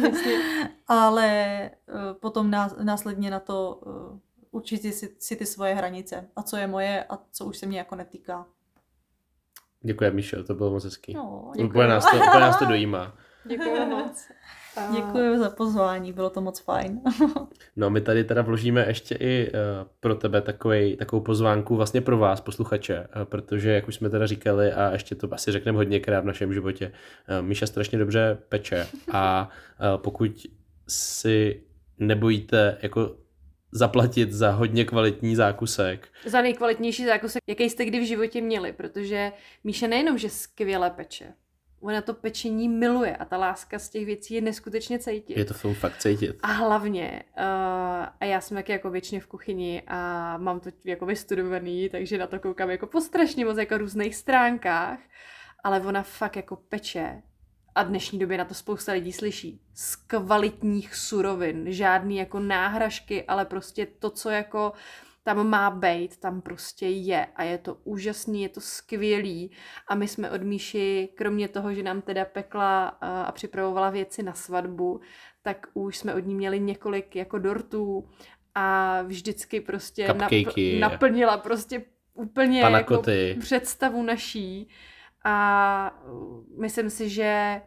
ale potom následně na to určit si ty svoje hranice a co je moje a co už se mě jako netýká.
Děkuji, Míšo, to bylo moc hezký.
No,
úplně nás to dojímá.
Děkuji moc.
Děkuji za pozvání, bylo to moc fajn.
No, my tady teda vložíme ještě i pro tebe takovou pozvánku vlastně pro vás, posluchače, protože, jak už jsme teda říkali a ještě to asi řekneme hodněkrát v našem životě, Míša strašně dobře peče a pokud si nebojíte jako zaplatit za hodně kvalitní zákusek.
Za nejkvalitnější zákusek, jaký jste kdy v životě měli, protože Míša nejenom, že skvěle peče, ona to pečení miluje a ta láska z těch věcí je neskutečně cítit.
Je to v tom fakt cítit.
A hlavně, a já jsem taky jako věčně v kuchyni a mám to jako vystudovaný, takže na to koukám jako po strašně moc jako různých stránkách, ale ona fakt jako peče a v dnešní době na to spousta lidí slyší. Z kvalitních surovin, žádný jako náhražky, ale prostě to, co jako tam má být, tam prostě je a je to úžasný, je to skvělý a my jsme od Míši, kromě toho, že nám teda pekla a připravovala věci na svatbu, tak už jsme od ní měli několik jako dortů a vždycky prostě naplnila prostě úplně jako představu naší a myslím si, že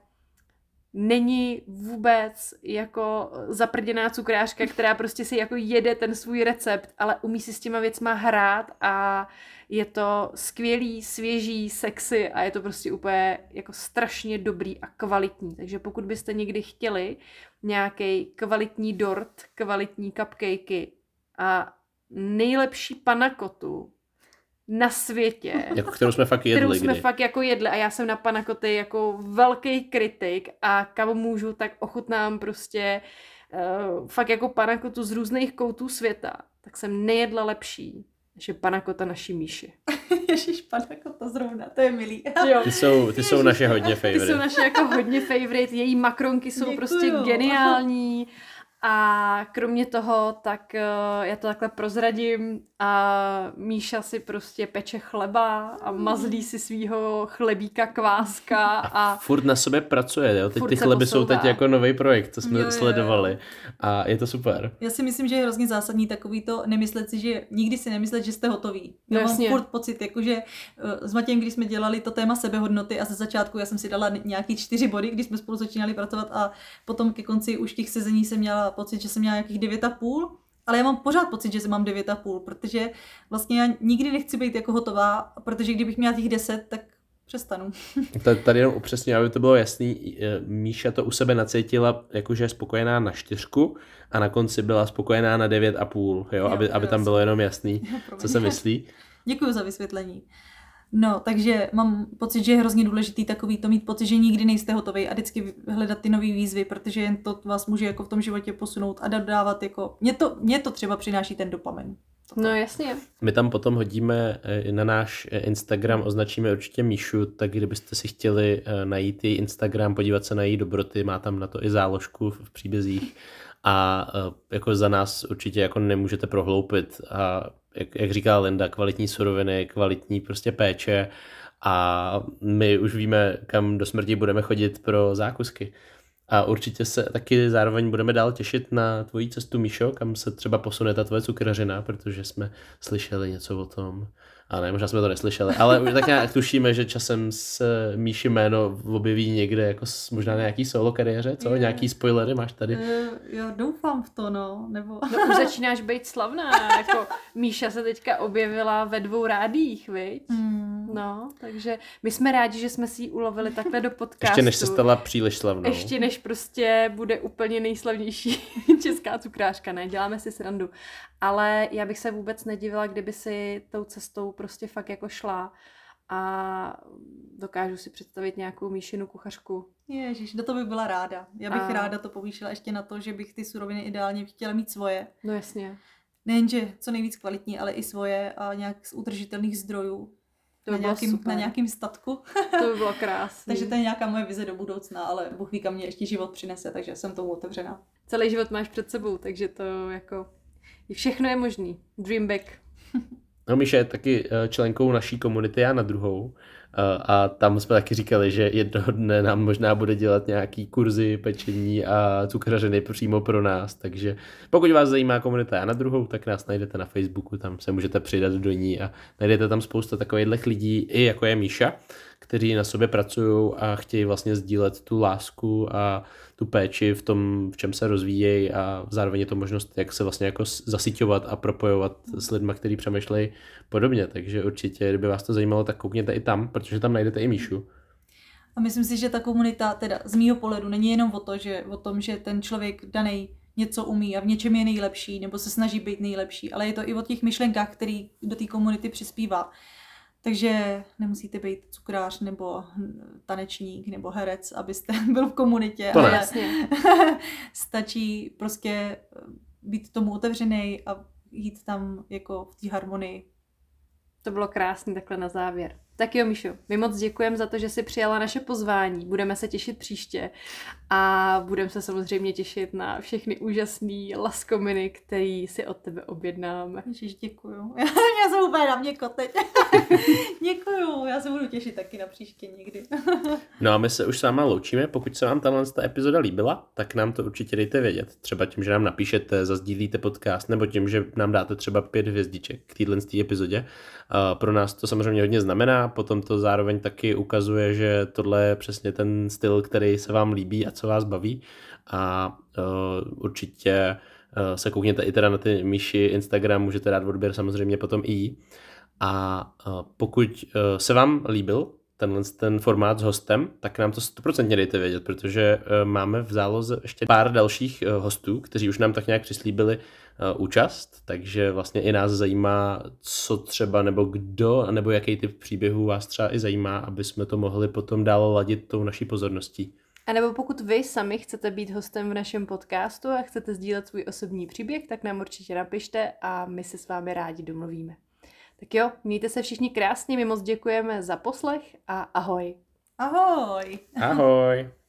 není vůbec jako zaprděná cukrářka, která prostě si jako jede ten svůj recept, ale umí si s těma věcma hrát a je to skvělý, svěží, sexy a je to prostě úplně jako strašně dobrý a kvalitní. Takže pokud byste někdy chtěli nějaký kvalitní dort, kvalitní cupcakey a nejlepší panakotu na světě.
Jako kterou jsme fakt
jedli. A já jsem na panakoty jako velký kritik a kam můžu, tak ochutnám prostě fakt jako panakotu z různých koutů světa. Tak jsem nejedla lepší, než je panakota naší Míši.
Ježiš, panakota zrovna, to je milý.
Ty jsou naše hodně favorite.
Ty jsou naše jako hodně favorite. Její makronky jsou prostě geniální. A kromě toho, tak já to takhle prozradím a Míša si prostě peče chleba a mazlí si svýho chlebíka kváska a
furt na sobě pracuje, jo? Teď ty chleby jsou teď jako nový projekt, co jsme sledovali a je to super.
Já si myslím, že je hrozně zásadní takový to nemyslet si, že nikdy si nemyslet, že jste hotoví. Já mám furt pocit, jakože s Matějem, když jsme dělali to téma sebehodnoty a ze začátku já jsem si dala nějaký 4 body, když jsme spolu začínali pracovat a potom ke konci už těch sezení jsem měla pocit, že jsem měla nějakých 9,5, ale já mám pořád pocit, že mám 9,5, protože vlastně já nikdy nechci být jako hotová, protože kdybych měla těch 10, tak přestanu.
Tady jenom upřesně, aby to bylo jasný, Míša to u sebe nacítila, jakože je spokojená na 4 a na konci byla spokojená na 9,5, jo? Aby tam bylo jenom jasný, co se myslí.
Děkuji za vysvětlení. No, takže mám pocit, že je hrozně důležitý takový to mít pocit, že nikdy nejste hotový a vždycky hledat ty nový výzvy, protože jen to vás může jako v tom životě posunout a dodávat jako, mě to třeba přináší ten dopamin.
No jasně.
My tam potom hodíme na náš Instagram, označíme určitě Míšu, tak kdybyste si chtěli najít její Instagram, podívat se na její dobroty, má tam na to i záložku v příbězích a jako za nás určitě jako nemůžete prohloupit a jak říkala Linda, kvalitní suroviny, kvalitní prostě péče a my už víme, kam do smrti budeme chodit pro zákusky. A určitě se taky zároveň budeme dál těšit na tvoji cestu, Míšo, kam se třeba posune ta tvoje cukrařina, protože jsme slyšeli něco o tom. A ne, možná jsme to neslyšeli, ale už tak nějak tušíme, že časem se Míši jméno objeví někde, jako možná na nějaký solo kariéře, co? Nějaký spoilery máš tady?
Já doufám v to, no. Nebo...
No už začínáš být slavná, jako Míša se teďka objevila ve 2 rádiích, viď? No, takže my jsme rádi, že jsme si ji ulovili takhle do podcastu.
Ještě než se stala příliš slavnou.
Ještě než prostě bude úplně nejslavnější česká cukrářka, ne, děláme si srandu. Ale já bych se vůbec nedivila, kdyby si tou cestou prostě fakt jako šla a dokážu si představit nějakou Míšinu kuchařku.
Ježiš, do toho bych byla ráda. Já bych ráda to povýšila ještě na to, že bych ty suroviny ideálně chtěla mít svoje.
No jasně.
Nejenže co nejvíc kvalitní, ale i svoje a nějak z udržitelných zdrojů.
To by
na nějakým statku.
To by bylo krásné.
Takže to je nějaká moje vize do budoucna, ale Bůh ví, kam mě ještě život přinese, takže jsem tomu otevřená.
Celý život máš před sebou, takže to jako všechno je možný. Dream back.
No, Míša je taky členkou naší komunity a na druhou. A tam jsme taky říkali, že jednoho dne nám možná bude dělat nějaký kurzy pečení a cukrařiny přímo pro nás, takže pokud vás zajímá komunita a na druhou, tak nás najdete na Facebooku, tam se můžete přidat do ní a najdete tam spousta takových lidí, i jako je Míša, kteří na sobě pracují a chtějí vlastně sdílet tu lásku a tu péči v tom, v čem se rozvíjejí a zároveň je to možnost, jak se vlastně jako zasyťovat a propojovat s lidmi, kteří přemýšlejí podobně, takže určitě, kdyby vás to zajímalo, tak koukněte i tam, protože tam najdete i Míšu.
A myslím si, že ta komunita, teda z mýho pohledu, není jenom o tom, že ten člověk daný něco umí a v něčem je nejlepší, nebo se snaží být nejlepší, ale je to i o těch myšlenkách, který do té komunity přispívá. Takže nemusíte být cukrář nebo tanečník nebo herec, abyste byl v komunitě.
To
ale stačí prostě být tomu otevřený a jít tam jako v té harmonii.
To bylo krásný takhle na závěr. Tak jo, Míšo, my moc děkujeme za to, že jsi přijala naše pozvání. Budeme se těšit příště a budeme se samozřejmě těšit na všechny úžasný laskominy, který si od tebe objednáme.
Ježiš, děkuju. Já jsem úplně na mě teď. Děkuju, já se budu těšit taky na příště někdy.
No a my se už s váma loučíme. Pokud se vám ta epizoda líbila, tak nám to určitě dejte vědět. Třeba tím, že nám napíšete, zazdílíte podcast, nebo tím, že nám dáte třeba 5 hvězdiček k téhle epizodě. Pro nás to samozřejmě hodně znamená, potom to zároveň taky ukazuje, že tohle je přesně ten styl, který se vám líbí a co vás baví. A určitě se koukněte i teda na ty Míši Instagram, můžete dát odběr samozřejmě potom i jí. A pokud se vám líbil ten formát s hostem, tak nám to 100% dejte vědět, protože máme v záloze ještě pár dalších hostů, kteří už nám tak nějak přislíbili účast, takže vlastně i nás zajímá, co třeba nebo kdo, nebo jaký typ příběhů vás třeba i zajímá, aby jsme to mohli potom dál ladit tou naší pozorností.
A nebo pokud vy sami chcete být hostem v našem podcastu a chcete sdílet svůj osobní příběh, tak nám určitě napište a my se s vámi rádi domluvíme. Tak jo, mějte se všichni krásně, my moc děkujeme za poslech a ahoj.
Ahoj.
Ahoj.